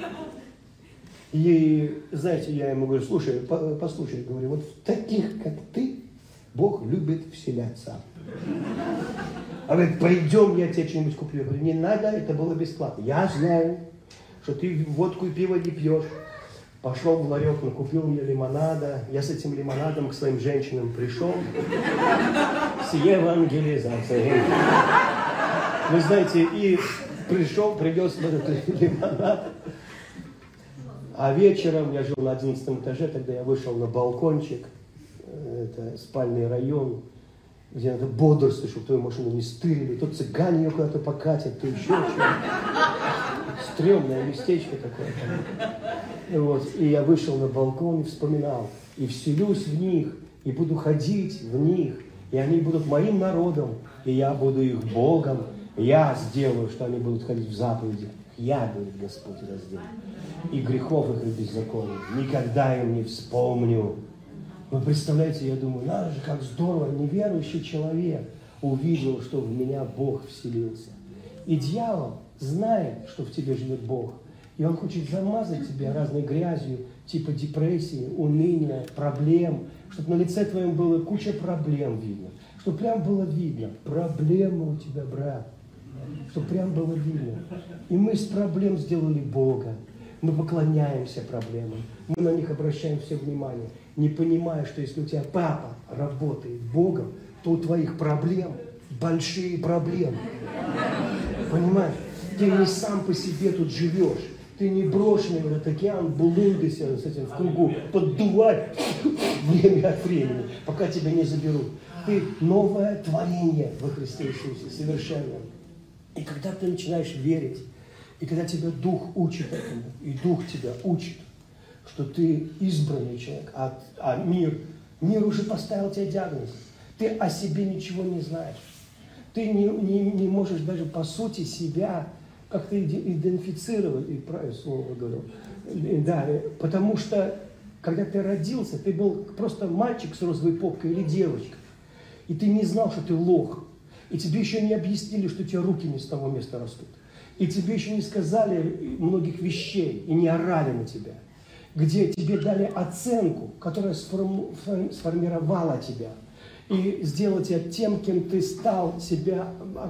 И, знаете, я ему говорю, слушай, послушай, говорю, вот в таких, как ты, Бог любит вселяться. А говорит, пойдем, я тебе что-нибудь куплю. Я говорю, не надо, это было бесплатно. Я знаю, что ты водку и пиво не пьешь. Пошел в ларек, накупил мне лимонада. Я с этим лимонадом к своим женщинам пришел. С евангелизацией. Вы знаете, и пришел, привез этот лимонад. А вечером, я жил на одиннадцатом этаже, тогда я вышел на балкончик, это спальный район, где надо бодрствовать, чтобы твою машину не стырили, то цыгане ее куда-то покатят, то еще что-то. Стремное местечко такое. Вот. И я вышел на балкон и вспоминал, и вселюсь в них, и буду ходить в них, и они будут моим народом, и я буду их Богом, я сделаю, что они будут ходить в заповеди. Я, говорит Господь, раздел. И грехов их и беззаконий никогда им не вспомню. Вы представляете, я думаю, надо же, как здорово, неверующий человек увидел, что в меня Бог вселился. И дьявол знает, что в тебе живет Бог. И он хочет замазать тебя разной грязью, типа депрессии, уныния, проблем, чтобы на лице твоем было куча проблем видно. Чтобы прям было видно, проблемы у тебя, брат. Чтобы прям было видно. И мы с проблем сделали Бога. Мы поклоняемся проблемам. Мы на них обращаем все внимание. Не понимая, что если у тебя папа работает Богом, то у твоих проблем большие проблемы. Понимаешь? Ты не сам по себе тут живешь. Ты не брошенный в этот океан Булунды с этим в кругу поддувать время от времени, пока тебя не заберут. Ты новое творение во Христе Иисусе, совершенное. И когда ты начинаешь верить, и когда тебя Дух учит этому, и Дух тебя учит, что ты избранный человек, а, а мир, мир уже поставил тебе диагноз. Ты о себе ничего не знаешь. Ты не, не, не можешь даже по сути себя как-то идентифицировать, и правильное слово говорю, да, потому что когда ты родился, ты был просто мальчик с розовой попкой или девочка, и ты не знал, что ты лох. И тебе еще не объяснили, что у тебя руки не с того места растут. И тебе еще не сказали многих вещей, и не орали на тебя. Где тебе дали оценку, которая сформу, сформировала тебя. И сделала тебя тем, кем ты стал себя,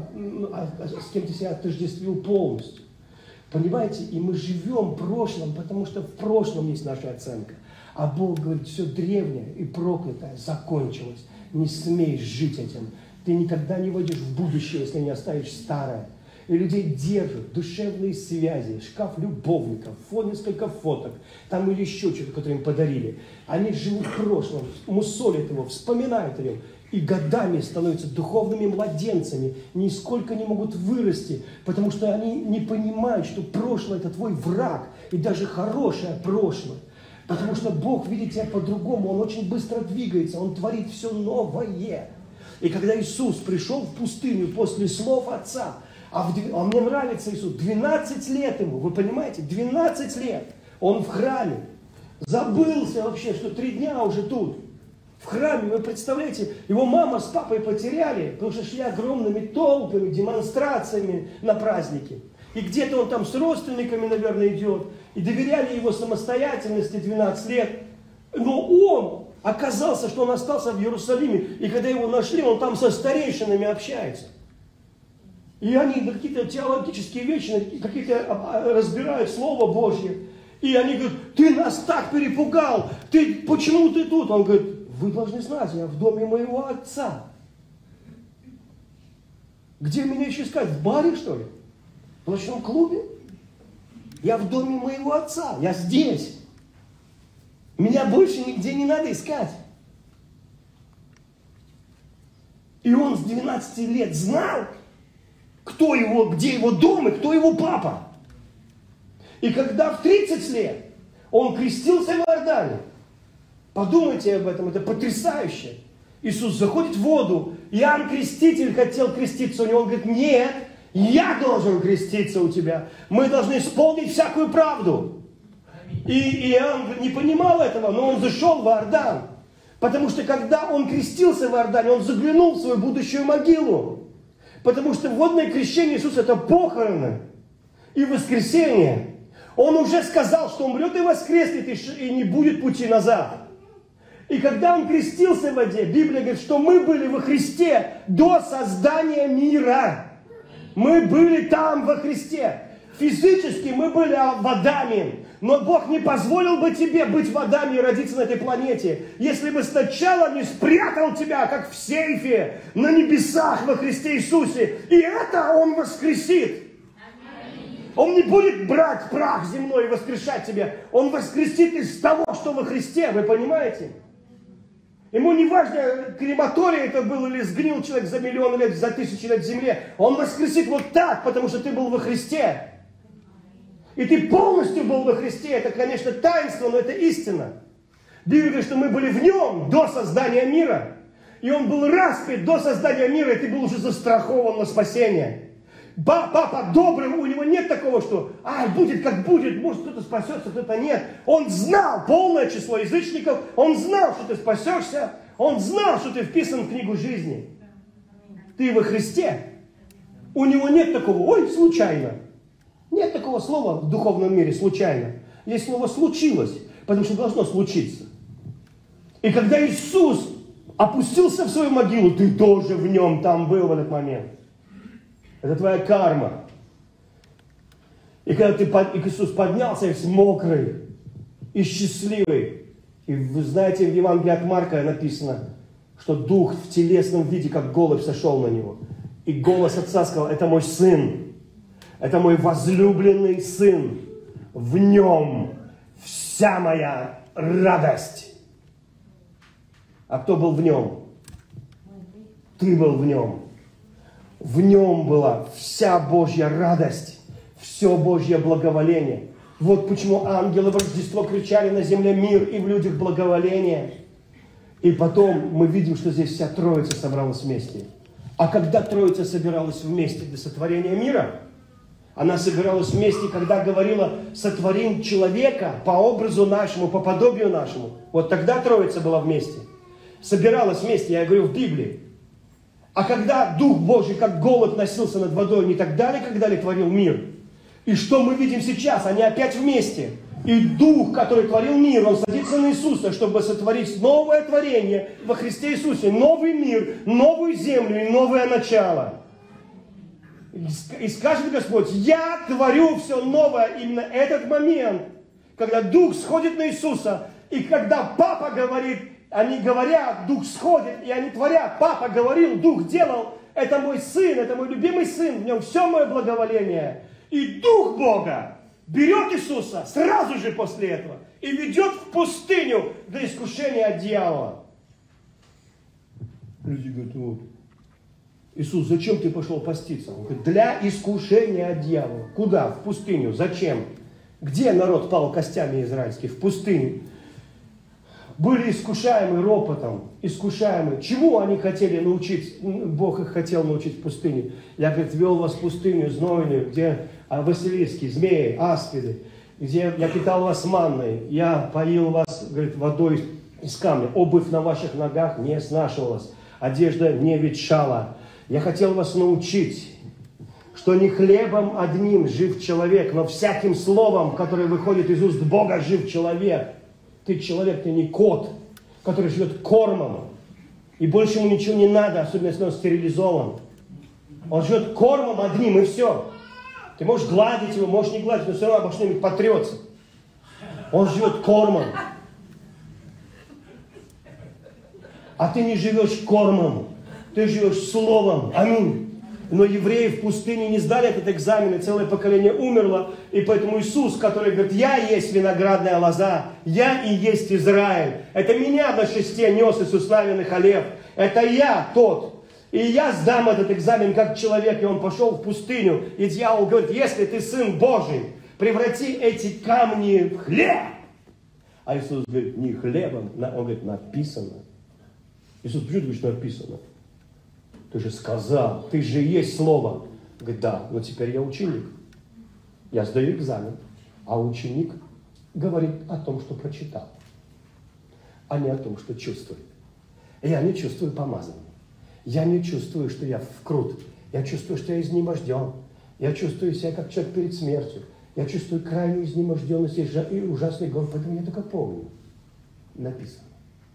с кем ты себя отождествил полностью. Понимаете? И мы живем в прошлом, потому что в прошлом есть наша оценка. А Бог говорит, все древнее и проклятое закончилось. Не смей жить этим. Ты никогда не войдешь в будущее, если не оставишь старое. И людей держат душевные связи, шкаф любовников, фон, несколько фоток, там или еще что-то, которое им подарили. Они живут в прошлом, мусолят его, вспоминают о нем. и годами становятся духовными младенцами, нисколько не могут вырасти, потому что они не понимают, что прошлое – это твой враг, и даже хорошее прошлое. Потому что Бог видит тебя по-другому, Он очень быстро двигается, Он творит все новое. И когда Иисус пришел в пустыню после слов Отца, а, в, а мне нравится Иисус, двенадцать лет ему, вы понимаете, двенадцать лет, Он в храме, забылся вообще, что три дня уже тут. В храме, вы представляете, его мама с папой потеряли, потому что шли огромными толпами, демонстрациями на праздники. И где-то он там с родственниками, наверное, идет. И доверяли его самостоятельности двенадцать лет. Но он оказался, что он остался в Иерусалиме. И когда его нашли, он там со старейшинами общается. И они какие-то теологические вещи, какие-то разбирают Слово Божье. И они говорят, ты нас так перепугал, ты, почему ты тут? Он говорит, вы должны знать, я в доме моего отца. Где меня еще искать? В баре, что ли? В ночном клубе? Я в доме моего отца, я здесь. Меня больше нигде не надо искать. И он с двенадцати лет знал, кто его, где его дом и кто его папа. И когда в тридцать лет он крестился в Иордане, подумайте об этом, это потрясающе. Иисус заходит в воду, Иоанн Креститель хотел креститься у него, он говорит, нет, я должен креститься у тебя, мы должны исполнить всякую правду. И Иоанн не понимал этого, но он зашел в Иордан, потому что когда он крестился в Иордане, он заглянул в свою будущую могилу, потому что водное крещение Иисуса это похороны и воскресение. Он уже сказал, что умрет и воскреснет, и не будет пути назад. И когда он крестился в воде, Библия говорит, что мы были во Христе до создания мира. Мы были там во Христе. Физически мы были в Адаме. Но Бог не позволил бы тебе быть в Адаме и родиться на этой планете, если бы сначала не спрятал тебя, как в сейфе, на небесах во Христе Иисусе. И это Он воскресит. Он не будет брать прах земной и воскрешать тебя. Он воскресит из того, что во Христе. Вы понимаете? Ему не важно, крематорий это был или сгнил человек за миллион лет, за тысячи лет в земле. Он воскресит вот так, потому что ты был во Христе. И ты полностью был во Христе. Это, конечно, таинство, но это истина. Библия говорит, что мы были в Нем до создания мира. И Он был распят до создания мира, и ты был уже застрахован на спасение. Папа добрый, у него нет такого, что ай, будет как будет, может кто-то спасется, кто-то нет. Он знал полное число язычников, он знал, что ты спасешься, он знал, что ты вписан в книгу жизни. Ты во Христе. У него нет такого, ой, случайно. Нет такого слова в духовном мире случайно. Есть слово случилось, потому что должно случиться. И когда Иисус опустился в свою могилу, ты тоже в нем там был в этот момент. Это твоя карма. И когда ты, и Иисус поднялся весь мокрый и счастливый. И вы знаете, в Евангелии от Марка написано, что Дух в телесном виде, как голубь, сошел на него. И голос Отца сказал, это мой Сын. Это мой возлюбленный Сын. В Нем вся моя радость. А кто был в Нем? Ты был в Нем. В Нем была вся Божья радость, все Божье благоволение. Вот почему ангелы в Рождество кричали на земле мир и в людях благоволение. И потом мы видим, что здесь вся Троица собралась вместе. А когда Троица собиралась вместе для сотворения мира, она собиралась вместе, когда говорила, сотворим человека по образу нашему, по подобию нашему. Вот тогда Троица была вместе. Собиралась вместе, я говорю, в Библии. А когда Дух Божий, как голубь, носился над водой, не тогда ли, когда ли творил мир? И что мы видим сейчас? Они опять вместе. И Дух, который творил мир, Он садится на Иисуса, чтобы сотворить новое творение во Христе Иисусе. Новый мир, новую землю и новое начало. И скажет Господь, я творю все новое. Именно этот момент, когда Дух сходит на Иисуса, и когда Папа говорит, они говорят, Дух сходит, и они творят. Папа говорил, Дух делал. Это мой Сын, это мой любимый Сын. В Нем все мое благоволение. И Дух Бога берет Иисуса сразу же после этого и ведет в пустыню для искушения от дьявола. Люди говорят, вот. Иисус, зачем ты пошел поститься? Он говорит, для искушения от дьявола. Куда? В пустыню. Зачем? Где народ пал костями израильских? В пустыне. Были искушаемы ропотом, искушаемы. Чему они хотели научить? Бог их хотел научить в пустыне. Я, говорит, вел вас в пустыню знойную, где Василиски, змеи, аспиды, где я питал вас манной, я поил вас, говорит, водой из камня, обувь на ваших ногах не снашивалась, одежда не ветшала. Я хотел вас научить, что не хлебом одним жив человек, но всяким словом, которое выходит из уст Бога, жив человек. Ты человек, ты не кот, который живет кормом. И больше ему ничего не надо, особенно если он стерилизован. Он живет кормом одним, и все. Ты можешь гладить его, можешь не гладить, но все равно обо что-нибудь потрется. Он живет кормом. А ты не живешь кормом, ты живешь словом. Аминь. Но евреи в пустыне не сдали этот экзамен, и целое поколение умерло. И поэтому Иисус, который говорит, я есть виноградная лоза, я и есть Израиль. Это меня на шесте нес Иисус Навин и Халев. Это я тот. И я сдам этот экзамен как человек. И он пошел в пустыню. И дьявол говорит, если ты Сын Божий, преврати эти камни в хлеб. А Иисус говорит, не хлебом. Он говорит, написано. Иисус, почему ты говоришь, написано? Ты же сказал, ты же есть слово. Говорит, да, но теперь я ученик. Я сдаю экзамен. А ученик говорит о том, что прочитал, а не о том, что чувствует. Я не чувствую помазания. Я не чувствую, что я вкрут. Я чувствую, что я изнеможден. Я чувствую себя как человек перед смертью. Я чувствую крайнюю изнеможденность и ужасный голод. Поэтому я только помню. Написано.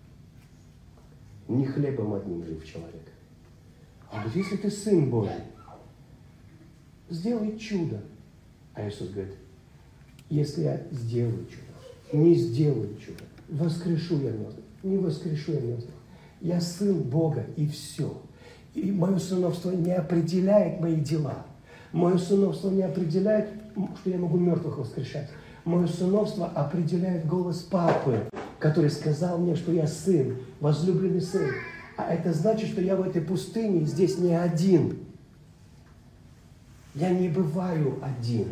Не хлебом одним жив человек. А говорит, если ты Сын Божий, сделай чудо. А Иисус говорит, если я сделаю чудо, не сделаю чудо, воскрешу я мертвых, не воскрешу я мертвых. Я Сын Бога, и все. И мое сыновство не определяет мои дела. Мое сыновство не определяет, что я могу мертвых воскрешать. Мое сыновство определяет голос Папы, который сказал мне, что я сын, возлюбленный сын. А это значит, что я в этой пустыне здесь не один. Я не бываю один.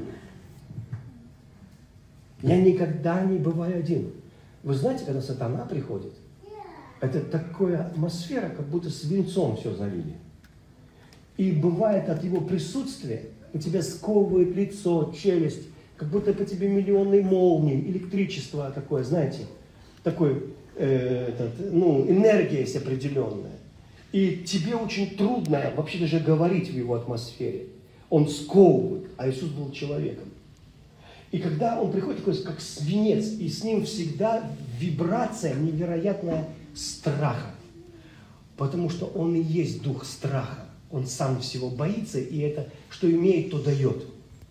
Я никогда не бываю один. Вы знаете, когда сатана приходит, это такая атмосфера, как будто свинцом все залили. И бывает от его присутствия, у тебя сковывает лицо, челюсть, как будто по тебе миллионы молний, электричество такое, знаете, такое, э, этот, ну, энергия есть определенная. И тебе очень трудно вообще даже говорить в его атмосфере. Он сковывает, а Иисус был человеком. И когда он приходит такой, как свинец, и с ним всегда вибрация невероятная страха. Потому что он и есть дух страха. Он сам всего боится, и это, что имеет, то дает.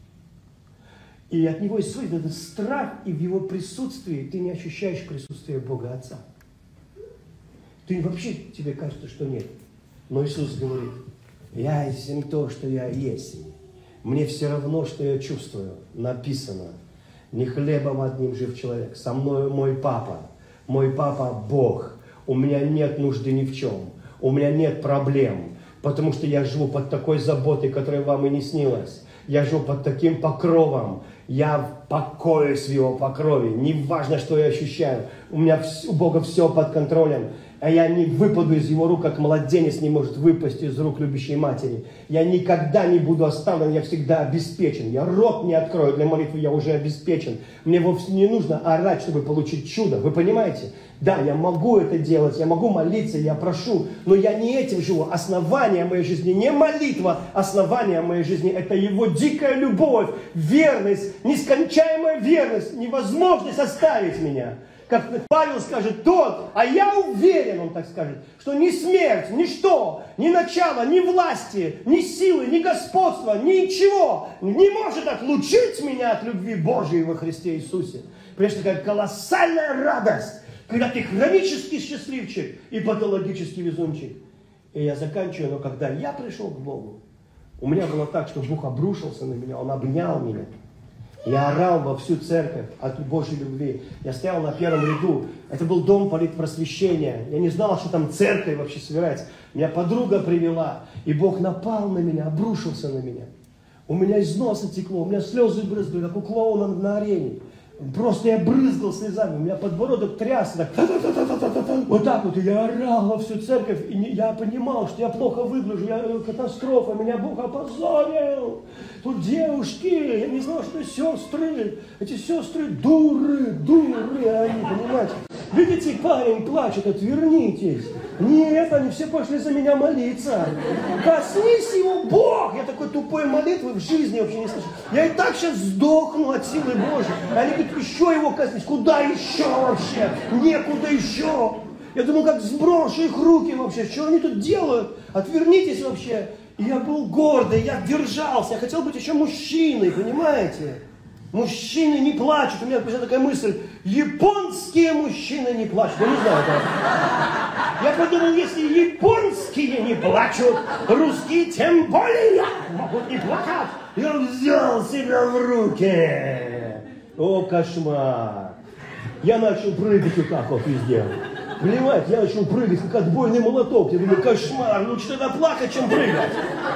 И от него исходит этот страх, и в его присутствии ты не ощущаешь присутствие Бога Отца. Ты вообще, тебе кажется, что нет. Но Иисус говорит, я есть то, что я есть. Мне все равно, что я чувствую. Написано, не хлебом одним жив человек. Со мной мой папа. Мой папа Бог. У меня нет нужды ни в чем. У меня нет проблем. Потому что я живу под такой заботой, которая вам и не снилась. Я живу под таким покровом. Я покоюсь в его покрове. Не важно, что я ощущаю. У меня у Бога все под контролем. А я не выпаду из его рук, как младенец не может выпасть из рук любящей матери. Я никогда не буду оставлен, я всегда обеспечен. Я рот не открою для молитвы, я уже обеспечен. Мне вовсе не нужно орать, чтобы получить чудо. Вы понимаете? Да, я могу это делать, я могу молиться, я прошу, но я не этим живу. Основание моей жизни не молитва, основание моей жизни это его дикая любовь, верность, нескончаемая верность, невозможность оставить меня. Как Павел скажет, тот, а я уверен, он так скажет, что ни смерть, ничто, ни начало, ни власти, ни силы, ни господства, ничего не может отлучить меня от любви Божией во Христе Иисусе. Прежде такая колоссальная радость, когда ты хронический счастливчик и патологический везунчик. И я заканчиваю, но когда я пришел к Богу, у меня было так, что Бог обрушился на меня, Он обнял меня. Я орал во всю церковь от Божьей любви. Я стоял на первом ряду. Это был дом политпросвещения. Я не знал, что там церковь вообще собирается. Меня подруга привела, и Бог напал на меня, обрушился на меня. У меня из носа текло, у меня слезы брызгали, как у клоуна на арене. Просто я брызгал слезами, у меня подбородок трясся, так, вот так вот, и я орал во всю церковь, и не, я понимал, что я плохо выгляжу, я, катастрофа, меня Бог опозорил. Тут девушки, я не знал, что это сестры, эти сестры дуры, дуры они, понимаете. Видите, парень плачет, отвернитесь. Нет, они все пошли за меня молиться. Коснись его, Бог! Я такой тупой молитвы в жизни вообще не слышал. Я и так сейчас сдохну от силы Божьей. Они говорят, еще его коснись. Куда еще вообще? Некуда еще. Я думал, как сброшу их руки вообще. Что они тут делают? Отвернитесь вообще. И я был гордый, я держался. Я хотел быть еще мужчиной, понимаете? Мужчины не плачут. У меня пришла такая мысль. Японские мужчины не плачут. Я не знаю этого. Я подумал, если японские не плачут, русские тем более могут не плакать. Я взял себя в руки. О, кошмар. Я начал прыгать вот так вот везде. Понимаете, я начал прыгать, как отбойный молоток. Я думаю, кошмар, лучше тогда плакать, чем прыгать.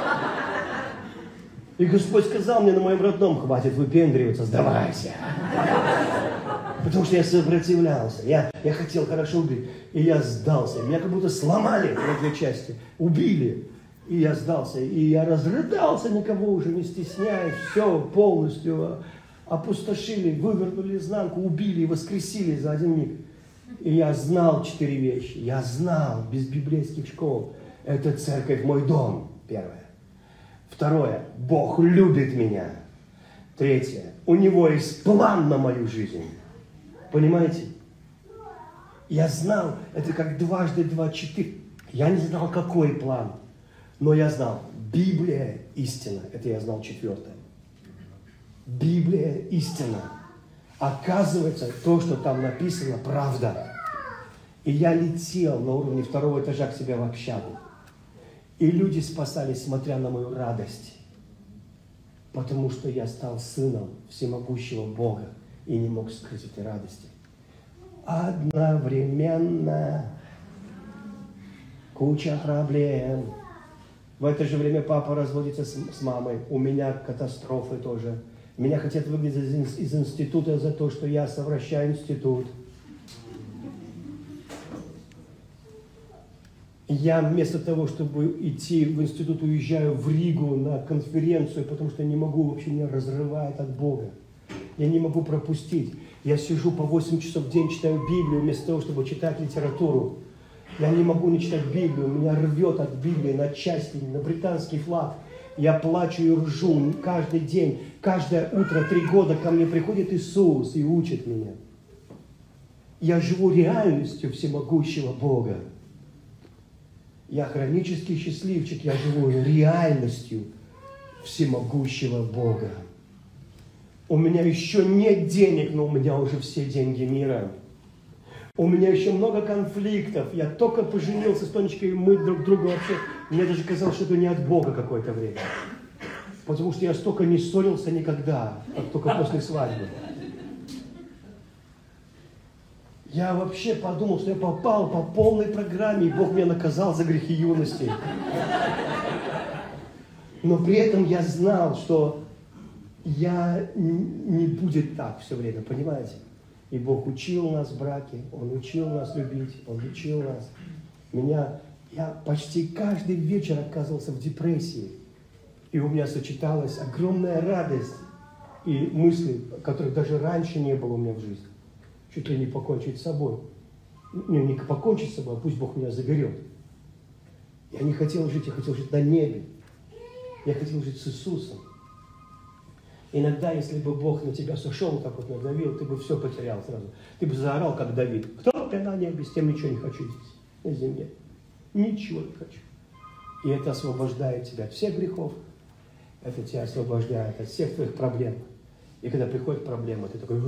И Господь сказал мне на моем родном, хватит выпендриваться, сдавайся. Потому что я сопротивлялся, я, я хотел хорошо убить, и я сдался. Меня как будто сломали на две части, убили, и я сдался. И я разрыдался, никого уже не стесняясь, все полностью опустошили, вывернули изнанку, убили и воскресили за один миг. И я знал четыре вещи, я знал без библейских школ, это церковь мой дом, первое. Второе, Бог любит меня. Третье, у Него есть план на мою жизнь. Понимаете? Я знал, это как дважды два, четыре. Я не знал, какой план. Но я знал, Библия истина. Это я знал четвертое. Библия истина. Оказывается, то, что там написано, правда. И я летел на уровне второго этажа к себе в общагу. И люди спасались, смотря на мою радость. Потому что я стал сыном всемогущего Бога и не мог скрыть этой радости. Одновременно куча проблем. В это же время папа разводится с, с мамой. У меня катастрофы тоже. Меня хотят выгнать из, из института за то, что я совращаю институт. Я вместо того, чтобы идти в институт, уезжаю в Ригу на конференцию, потому что не могу, вообще меня разрывает от Бога. Я не могу пропустить. Я сижу по восемь часов в день, читаю Библию, вместо того, чтобы читать литературу. Я не могу не читать Библию, меня рвет от Библии на части, на британский флаг. Я плачу и ржу каждый день, каждое утро, три года ко мне приходит Иисус и учит меня. Я живу реальностью всемогущего Бога. Я хронический счастливчик, я живу реальностью всемогущего Бога. У меня еще нет денег, но у меня уже все деньги мира. У меня еще много конфликтов. Я только поженился с Тонечкой, и мы друг друга вообще... Мне даже казалось, что это не от Бога какое-то время. Потому что я столько не ссорился никогда, как только после свадьбы. Я вообще подумал, что я попал по полной программе, и Бог меня наказал за грехи юности. Но при этом я знал, что я не будет так все время, понимаете? И Бог учил нас в браке, Он учил нас любить, Он учил нас. Меня, я почти каждый вечер оказывался в депрессии. И у меня сочеталась огромная радость и мысли, которых даже раньше не было у меня в жизни. Чуть ли не покончить с собой. Не, не покончить с собой, а пусть Бог меня заберет. Я не хотел жить, я хотел жить на небе. Я хотел жить с Иисусом. Иногда, если бы Бог на тебя сошел, так вот надавил, ты бы все потерял сразу. Ты бы заорал, как Давид. Кто ты на небе? С тем ничего не хочу здесь, на земле. Ничего не хочу. И это освобождает тебя от всех грехов. Это тебя освобождает от всех твоих проблем. И когда приходит проблема, ты такой,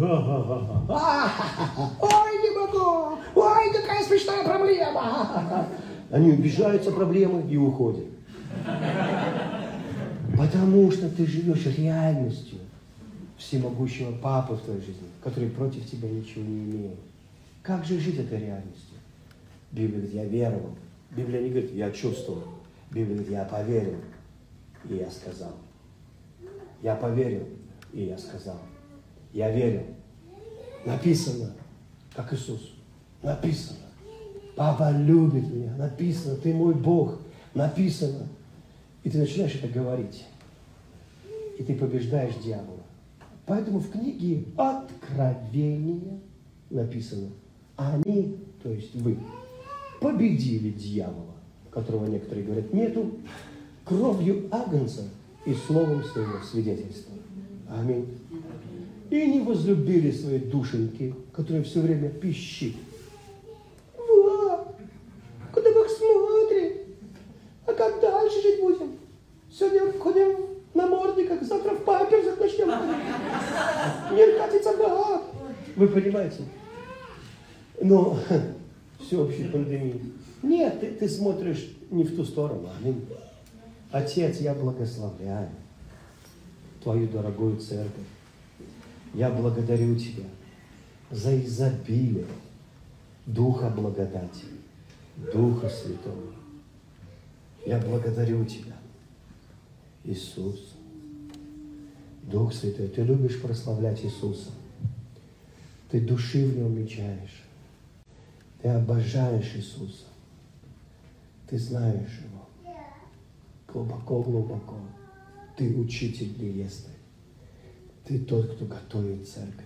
ой, не могу, ой, какая смешная проблема. Они убежаются проблемы и уходят. Потому что ты живешь реальностью. всемогущего папы в твоей жизни, который против тебя ничего не имеет. Как же жить этой реальностью? Библия говорит, я веровал. Библия не говорит, я чувствовал. Библия говорит, я поверил, и я сказал. Я поверил, и я сказал. Я верил. Написано, как Иисус. Написано. Папа любит меня. Написано, ты мой Бог. Написано. И ты начинаешь это говорить. И ты побеждаешь дьявола. Поэтому в книге Откровения написано, они, то есть вы, победили дьявола, которого некоторые говорят нету, кровью агнца и словом своего свидетельства. Аминь. И не возлюбили свои душеньки, которые все время пищит. Влад, куда Бог смотрит? А как дальше жить будем? Сегодня ходим в намордниках, завтра в памперсах начнем ходить. Мир катится в ад. Вы понимаете? Но всеобщей пандемии. Нет, ты, ты смотришь не в ту сторону. Аминь. Отец, я благословляю Твою дорогую церковь. Я благодарю Тебя за изобилие Духа благодати, Духа Святого. Я благодарю Тебя, Иисус. Дух Святой, Ты любишь прославлять Иисуса. Ты души в Нем мечаешь. Ты обожаешь Иисуса. Ты знаешь Его. Глубоко-глубоко. Ты учитель невесты. Ты тот, кто готовит церковь.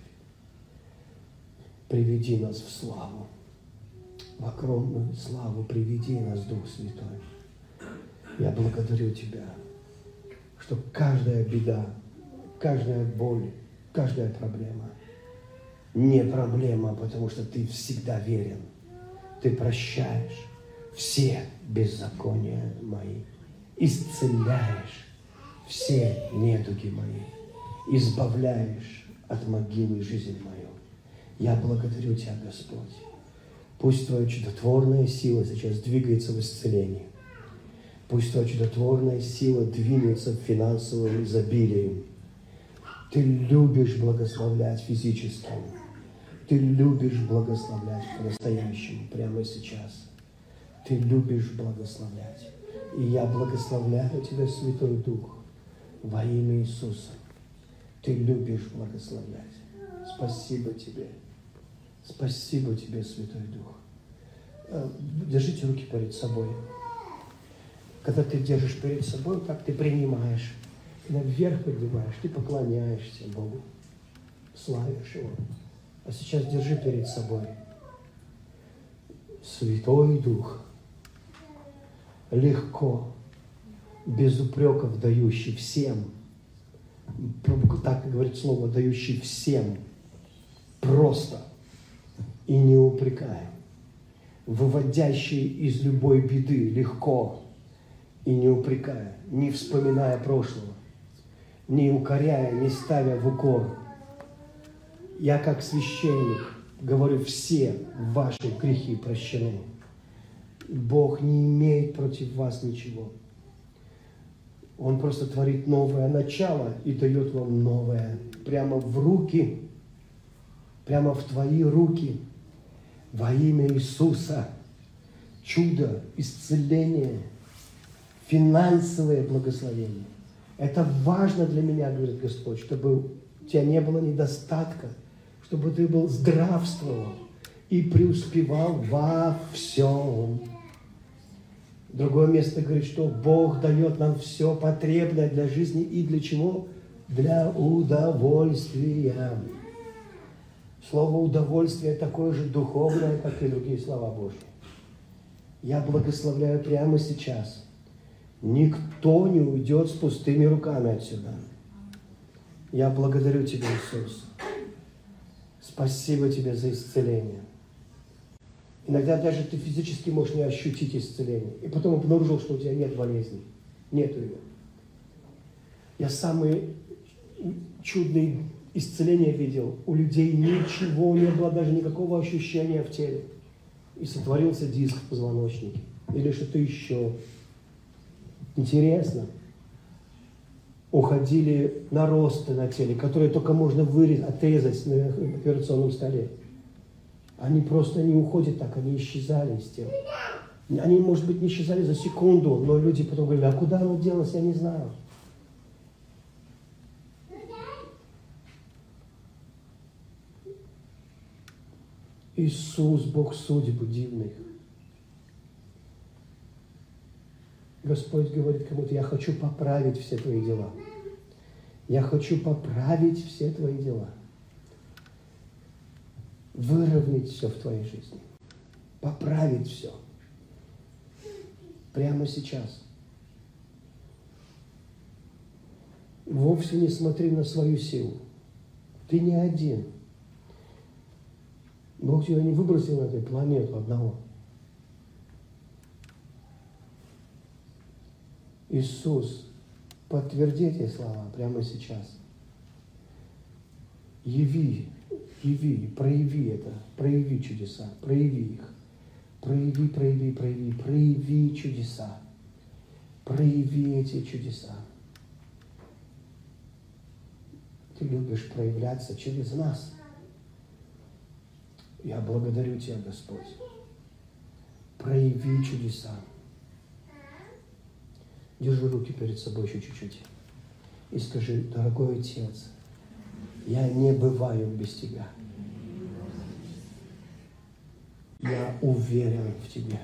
Приведи нас в славу. В огромную славу приведи нас, Дух Святой. Я благодарю Тебя, что каждая беда, каждая боль, каждая проблема не проблема, потому что Ты всегда верен. Ты прощаешь все беззакония мои, исцеляешь все недуги мои, избавляешь от могилы жизнь мою. Я благодарю Тебя, Господь. Пусть Твоя чудотворная сила сейчас двигается в исцелении. Пусть Твоя чудотворная сила двинется в финансовом изобилии. Ты любишь благословлять физически. Ты любишь благословлять по-настоящему, прямо сейчас. Ты любишь благословлять. И я благословляю Тебя, Святой Дух, во имя Иисуса. Ты любишь благословлять. Спасибо Тебе. Спасибо Тебе, Святой Дух. Держите руки перед собой. Когда ты держишь перед собой, так ты принимаешь. Когда вверх поднимаешь, ты поклоняешься Богу. Славишь Его. А сейчас держи перед собой. Святой Дух, легко, без упреков дающий всем, так говорит слово, дающий всем, просто и не упрекая, выводящий из любой беды легко и не упрекая, не вспоминая прошлого, не укоряя, не ставя в укор. Я как священник говорю, все ваши грехи прощены. Бог не имеет против вас ничего. Он просто творит новое начало и дает вам новое. Прямо в руки, прямо в твои руки. Во имя Иисуса. Чудо, исцеление, финансовое благословение. Это важно для меня, говорит Господь, чтобы у тебя не было недостатка, чтобы ты был здравствовал и преуспевал во всем. Другое место говорит, что Бог дает нам все потребное для жизни и для чего? Для удовольствия. Слово удовольствие такое же духовное, как и другие слова Божьи. Я благословляю прямо сейчас. Никто не уйдет с пустыми руками отсюда. Я благодарю Тебя, Иисус. Спасибо Тебе за исцеление. Иногда даже ты физически можешь не ощутить исцеление. И потом обнаружил, что у тебя нет болезни. Нету ее. Я самые чудные исцеления видел. У людей ничего не было, даже никакого ощущения в теле. И сотворился диск в позвоночнике. Или что-то еще. Интересно. уходили наросты на теле, которые только можно вырезать, отрезать на операционном столе. Они просто не уходят так, они исчезали из тела. Они, может быть, не исчезали за секунду, но люди потом говорили, а куда оно делось, я не знаю. Иисус, Бог судеб дивных. Господь говорит кому-то, я хочу поправить все твои дела. Я хочу поправить все твои дела. Выровнять все в твоей жизни. Поправить все. Прямо сейчас. Вовсе не смотри на свою силу. Ты не один. Бог тебя не выбросил на эту планету одного. Иисус, подтверди эти слова прямо сейчас. Яви, яви, прояви это, прояви чудеса, прояви их. Прояви, прояви, прояви, прояви чудеса. Прояви эти чудеса. Ты любишь проявляться через нас. Я благодарю Тебя, Господь. Прояви чудеса. Держи руки перед собой еще чуть-чуть. И скажи, дорогой Отец, я не бываю без Тебя. Я уверен в Тебе.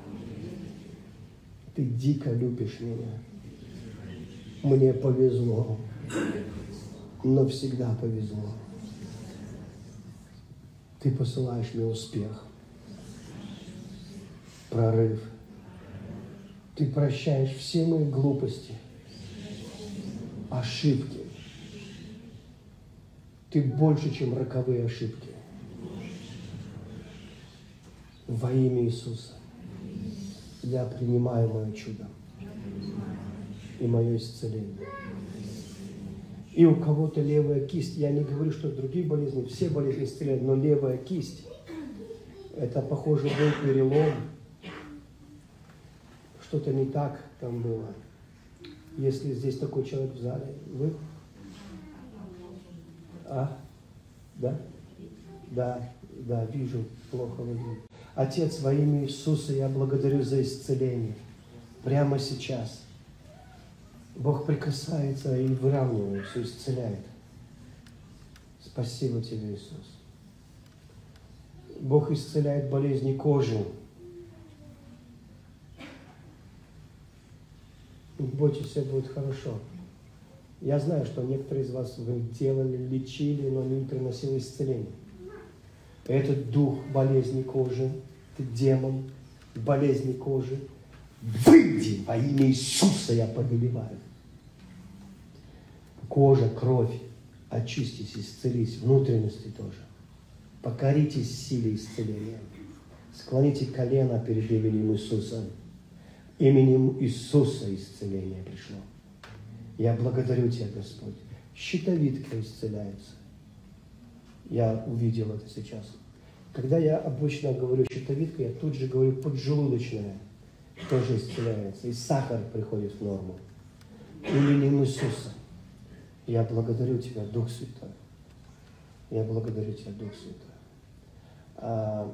Ты дико любишь меня. Мне повезло. Но всегда повезло. Ты посылаешь мне успех, прорыв. Ты прощаешь все мои глупости, ошибки. Ты больше, чем роковые ошибки. Во имя Иисуса я принимаю мое чудо и мое исцеление. И у кого-то левая кисть, я не говорю, что другие болезни, все болезни исцеляют, но левая кисть, это, похоже, был перелом, что-то не так там было. Если здесь такой человек в зале, вы? А? Да? Да, да, вижу, плохо выглядит. Отец, во имя Иисуса я благодарю за исцеление. Прямо сейчас. Бог прикасается и выравнивает, все исцеляет. Спасибо Тебе, Иисус. Бог исцеляет болезни кожи. Не бойтесь, все будет хорошо. Я знаю, что некоторые из вас вы делали, лечили, но не приносил исцеление. Этот дух болезни кожи, этот демон болезни кожи, выйди во имя Иисуса, я повелеваю. Кожа, кровь, очистись, исцелись, внутренности тоже. Покоритесь силе исцеления. Склоните колено перед именем Иисуса. Именем Иисуса исцеление пришло. Я благодарю Тебя, Господь. Щитовидка исцеляется. Я увидел это сейчас. Когда я обычно говорю щитовидка, я тут же говорю поджелудочная. Тоже исцеляется. И сахар приходит в норму. Именем Иисуса. Я благодарю Тебя, Дух Святой. Я благодарю Тебя, Дух Святой. А,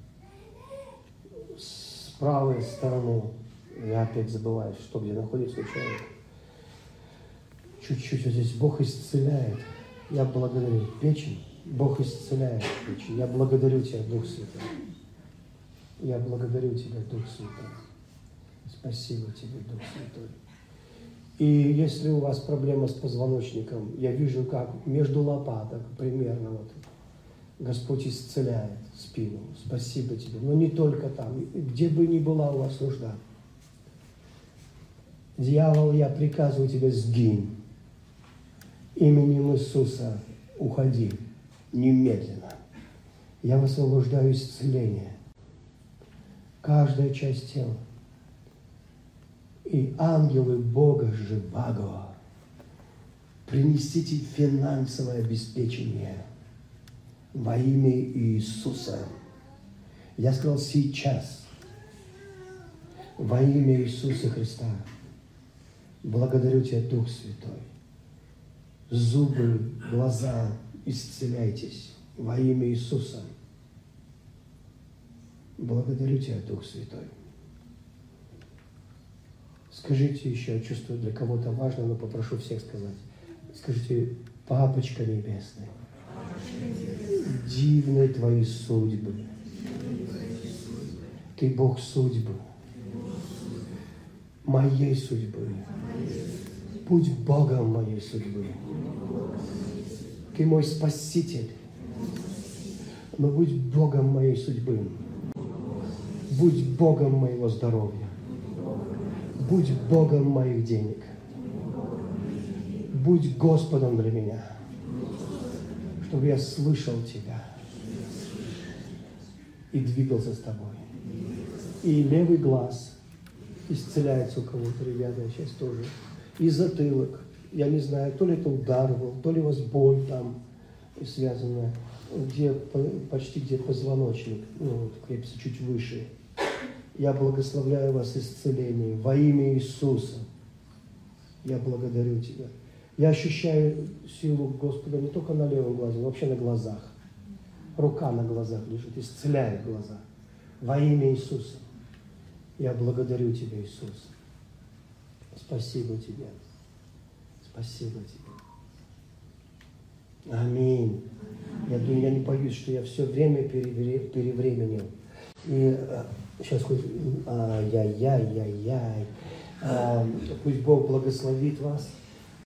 с правой стороны, я опять забываю, что где находится человек. Чуть-чуть вот здесь Бог исцеляет. Я благодарю печень. Бог исцеляет печень. Я благодарю Тебя, Дух Святой. Я благодарю Тебя, Дух Святой. Спасибо Тебе, Дух Святой. И если у вас проблема с позвоночником, я вижу, как между лопаток, примерно вот, Господь исцеляет спину. Спасибо Тебе. Но не только там, где бы ни была у вас нужда. Дьявол, я приказываю тебе, сгинь. Именем Иисуса уходи немедленно. Я высвобождаю исцеление. Каждая часть тела. И ангелы Бога живаго, принесите финансовое обеспечение во имя Иисуса. Я сказал сейчас, во имя Иисуса Христа. Благодарю Тебя, Дух Святой. зубы, глаза, исцеляйтесь во имя Иисуса. Благодарю Тебя, Дух Святой. Скажите еще, я чувствую, для кого-то важно, но попрошу всех сказать. Скажите: Папочка Небесный, дивные Твои судьбы. Ты Бог судьбы, моей судьбы. Будь Богом моей судьбы. Ты мой Спаситель, но будь Богом моей судьбы. Будь Богом моего здоровья. Будь Богом моих денег. Будь Господом для меня, чтобы я слышал Тебя и двигался с Тобой. И левый глаз исцеляется у кого-то, ребята, сейчас тоже. И затылок. Я не знаю, то ли это удар был, то ли у вас боль там связанная, где почти где позвоночник, ну, вот, крепится чуть выше. Я благословляю вас исцелением во имя Иисуса. Я благодарю Тебя. Я ощущаю силу Господа не только на левом глазе, но вообще на глазах. Рука на глазах лежит, исцеляет глаза. Во имя Иисуса. Я благодарю Тебя, Иисус. Спасибо Тебе. Спасибо Тебе. Аминь. Я думаю, я не боюсь, что я все время перевременил. И а, сейчас хоть... Ай-яй-яй-яй-яй. А, пусть Бог благословит вас.